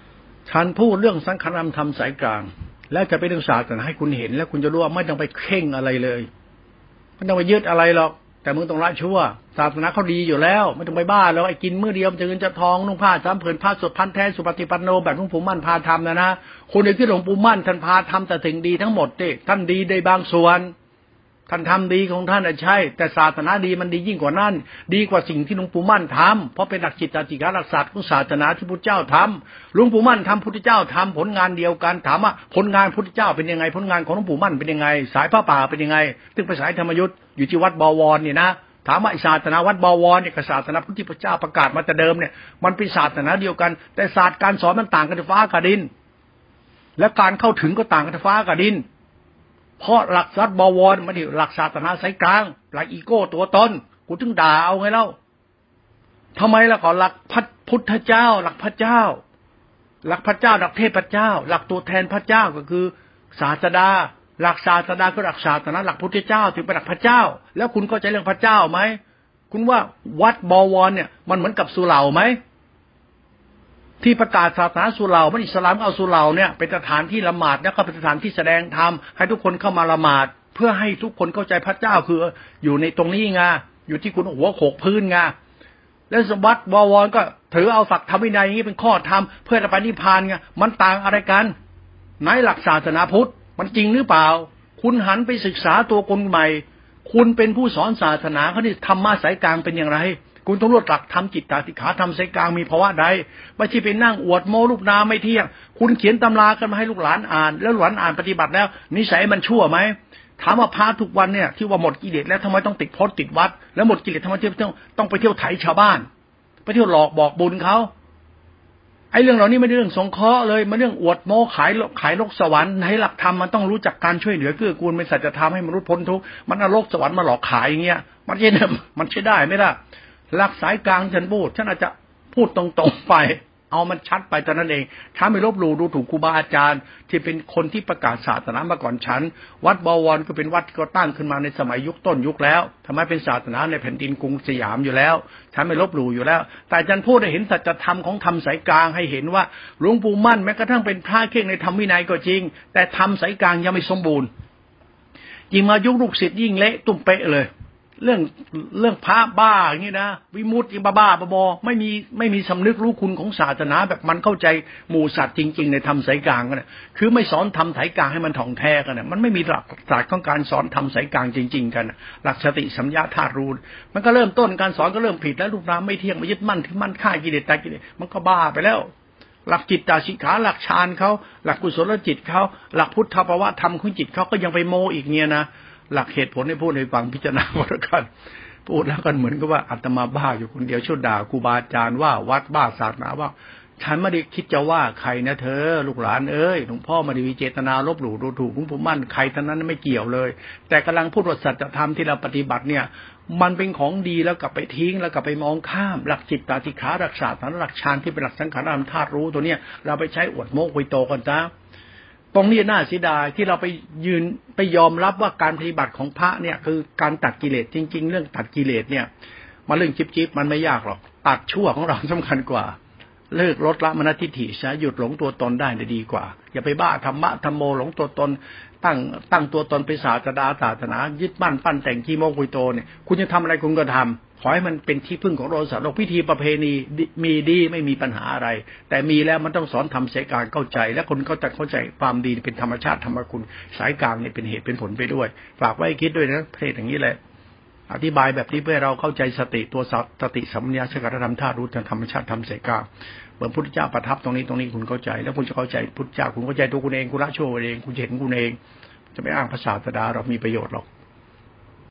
ฉันพูดเรื่องสังขารธรรมสายกลางแล้วจะเป็นเรื่องศาสตร์ให้คุณเห็นแล้วคุณจะรู้ว่าไม่ต้องไปเข่งอะไรเลยไม่ต้องไปยึดอะไรหรอกแต่มึงต้องละชั่วศาสนาเขาดีอยู่แล้วไม่ต้องไปบ้าแล้วไอ้กินมื้อเดียวจะเงินจะทองนุ่งผ้าสามผืนผ้าสดพันแท้สุปฏิปันโนแบบหลวงปู่มั่นพาทำนะนะคนในที่หลวงปู่มั่นท่านพาทำแต่สิ่งดีทั้งหมดดิท่านดีในบางส่วนท่านทำดีของท่านใช่แต่ศาสนาดีมันดียิ่งกว่านั้นดีกว่าสิ่งที่หลวงปู่มั่นทำเพราะเป็นหลักจิตตติกาหลักศาสตร์ของศาสนาที่พุทธเจ้าทำหลวงปู่มั่นทำพุทธเจ้าทำผลงานเดียวกันถามว่าผลงานพุทธเจ้าเป็นยังไงผลงานของหลวงปู่มั่นเป็นยังไงสายพระป่าเป็นยังไงตึงไปสายธรรมยุทธ์อยู่ที่วัดบวรเนี่ยนะถามว่าศาสนาวัดบวรเนี่ยกับศาสนาพุทธเจ้าประกาศมาแต่เดิมเนี่ยมันเป็นศาสนาเดียวกันแต่ศาสตร์การสอนมันต่างกันฟ้ากับดินและการเข้าถึงก็ต่างกันฟ้ากับดินเพราะหลักศาสตร์บวรมันหลักศาสนาสายกลางหลักอีโก้ตัวตนกูถึงด่าเอาไงเล่าทำไมล่ะก่อนหลักพระพุทธเจ้าหลักพระเจ้าหลักพระเจ้าหลักเทพเจ้าหลักตัวแทนพระเจ้าก็คือศาสดาหลักศาสดาก็หลักศาสนาหลักพุทธเจ้าถึงเป็นหลักพระเจ้าแล้วคุณเข้าใจเรื่องพระเจ้าไหมคุณว่าวัดบวรเนี่ยมันเหมือนกับสุเหร่าไหมที่ประกาศศาสนาสุเหร่ามันอิสลามเอาสุเหร่าเนี่ยเป็นสถานที่ละหมาดแล้วก็เป็นสถานที่แสดงธรรมให้ทุกคนเข้ามาละหมาดเพื่อให้ทุกคนเข้าใจพระเจ้าคืออยู่ในตรงนี้ไงอยู่ที่คุณหัวโขกพื้นไงแล้วสมบัติบวรก็ถือเอาศักดิ์ธรรมวินัยอย่างนี้เป็นข้อธรรมเพื่อจะไปนิพพานไงมันต่างอะไรกันไหนหลักศาสนาพุทธมันจริงหรือเปล่าคุณหันไปศึกษาตัวคนใหม่คุณเป็นผู้สอนศาสนาเขาที่ธรรมะสายกลางเป็นอย่างไรคุณต้องรู้หลักธรรมจิตตติขาธรรมสายกลางมีภาวะใดไม่ใช่ไปนั่งอวดโม้รูปนามไม่เที่ยงคุณเขียนตำรากันมาให้ลูกหลานอ่านแล้วหลานอ่านปฏิบัติแล้วนิสัยมันชั่วไหมถามว่าพระทุกวันเนี่ยที่ว่าหมดกิเลสแล้วทำไมต้องติดพจน์ติดวัดแล้วหมดกิเลสทำไมต้องต้องไปเที่ยวไถชาวบ้านไปเที่ยวหลอกบอกบุญเขาไอ้เรื่องเหล่านี้ไม่ได้เรื่องสงเคราะห์เลยมันเรื่องอวดโม้ขายขายโลกสวรรค์ให้หลักธรรมมันต้องรู้จักการช่วยเหลือเกื้อกูลเป็นสัจธรรมให้มนุษย์พ้นทุกข์มันเอาโลกสวรรค์มาหลอกขายอย่างเงี้ยมันใช่มันใช่ได้ไหมล่ะหลักสายกลางฉันพูดฉันอาจจะพูดตรงๆไปเอามันชัดไปตอนนั้นเองถ้าไม่ลบหลู่ดูถูกครูบาอาจารย์ที่เป็นคนที่ประกาศศาสนามาก่อนฉันวัดบวรก็เป็นวัดที่ก็ตั้งขึ้นมาในสมัยยุคต้นยุคแล้วทำไมเป็นศาสนาในแผ่นดินกรุงสยามอยู่แล้วฉันไม่ลบหลู่อยู่แล้วแต่ฉันพูดให้เห็นสัจธรรมของธรรมสายกลางให้เห็นว่าหลวงปู่มั่นแม้กระทั่งเป็นพระเข่งในธรรมวินัยก็จริงแต่ธรรมสายกลางยังไม่สมบูรณ์ยิ่งมายุคลูกศิษย์ยิ่งเละตุ้มเป๊ะเลยเรื่องเรื่องพระบ้าอย่างนี้นะวิมุตติบ้าบ้าบอไม่มีไม่มีสำนึกรู้คุณของศาสนาแบบมันเข้าใจหมู่สัตว์จริงๆในธรรมสายกลางกันนะคือไม่สอนธรรมสายกลางให้มันถ่องแท้กันนะมันไม่มีหลักศาสตร์ของการสอนธรรมสายกลางจริงๆกันหลักสติสัมยาธาตุรู้มันก็เริ่มต้นการสอนก็เริ่มผิดแล้วรูปนามไม่เที่ยงมายึดมั่นที่มั่นฆ่ากิเลสตายกิเลสมันก็บ้าไปแล้วหลักจิตตาสิกขาหลักฌานเขาหลักกุศลจิตเขาหลักพุทธภาวะธรรมของจิตเขาก็ยังไปโมอีกเนี่ยนะหลักเหตุผลให้พูดให้ฟังพิจารณาว่ากันพูดแล้วกันเหมือนกับว่าอาตมาบ้าอยู่คนเดียวชั่วด่าครูบาอาจารย์ว่าวัดบ้าศาสนาว่าฉันไม่ได้คิดจะว่าใครนะเธอลูกหลานเอ้ยหลวงพ่อไม่ได้มีเจตนาลบหลู่ดูถูกหลวงปู่มั่นใครทั้งนั้นไม่เกี่ยวเลยแต่กำลังพูดว่าสัจธรรมที่เราปฏิบัติเนี่ยมันเป็นของดีแล้วกลับไปทิ้งแล้วกลับไปมองข้ามหลักจิตตาธิขาหลักศาสตร์หลักฌานที่เป็นหลักสังขารธรรมธาตุรู้ตัวเนี้ยเราไปใช้อวดโม้คุยโตกันนะตรงนี้น่าเสียดายที่เราไปยืนไปยอมรับว่าการปฏิบัติของพระเนี่ยคือการตัดกิเลสจริงๆเรื่องตัดกิเลสเนี่ยมาเรื่องจิ๊บๆมันไม่ยากหรอกตัดชั่วของเราสำคัญกว่าเลิกลดละมนทิฏฐิซะหยุดหลงตัวตนได้ดีกว่าอย่าไปบ้าธรรมะธรรมโมหลงตัวตนตั้งตั้งตัวตนเป็นศาสดาศาสนายึดมั่นปั้นแต่งขี้โม้คุยโตเนี่ยคุณจะทำอะไรคุณก็ทำขอให้มันเป็นที่พึ่งของโลกสัตว์โลกพิธีประเพณีมีดีไม่มีปัญหาอะไรแต่มีแล้วมันต้องสอนทำสายกลางเข้าใจและคนเข้าใจเข้าใจความดีเป็นธรรมชาติธรรมคุณสายกลางเนี่ยเป็นเหตุเป็นผลไปด้วยฝากไว้คิดด้วยนะเพศอย่างนี้แหละอธิบายแบบนี้เพื่อเราเข้าใจสติตัวสติสัมปชัญญะสังขารธรรมธาตุรู้ธรรมชาติธรรมสายกลางเหมือนพุทธเจ้าประทับตรงนี้ตรงนี้คุณเข้าใจแล้วคุณจะเข้าใจพุทธเจ้าคุณเข้าใจตัวคุณเองคุณละชั่วเองคุณเห็นคุณเองจะไม่อ้างภาษาศาสดาเรามีประโยชน์หรอก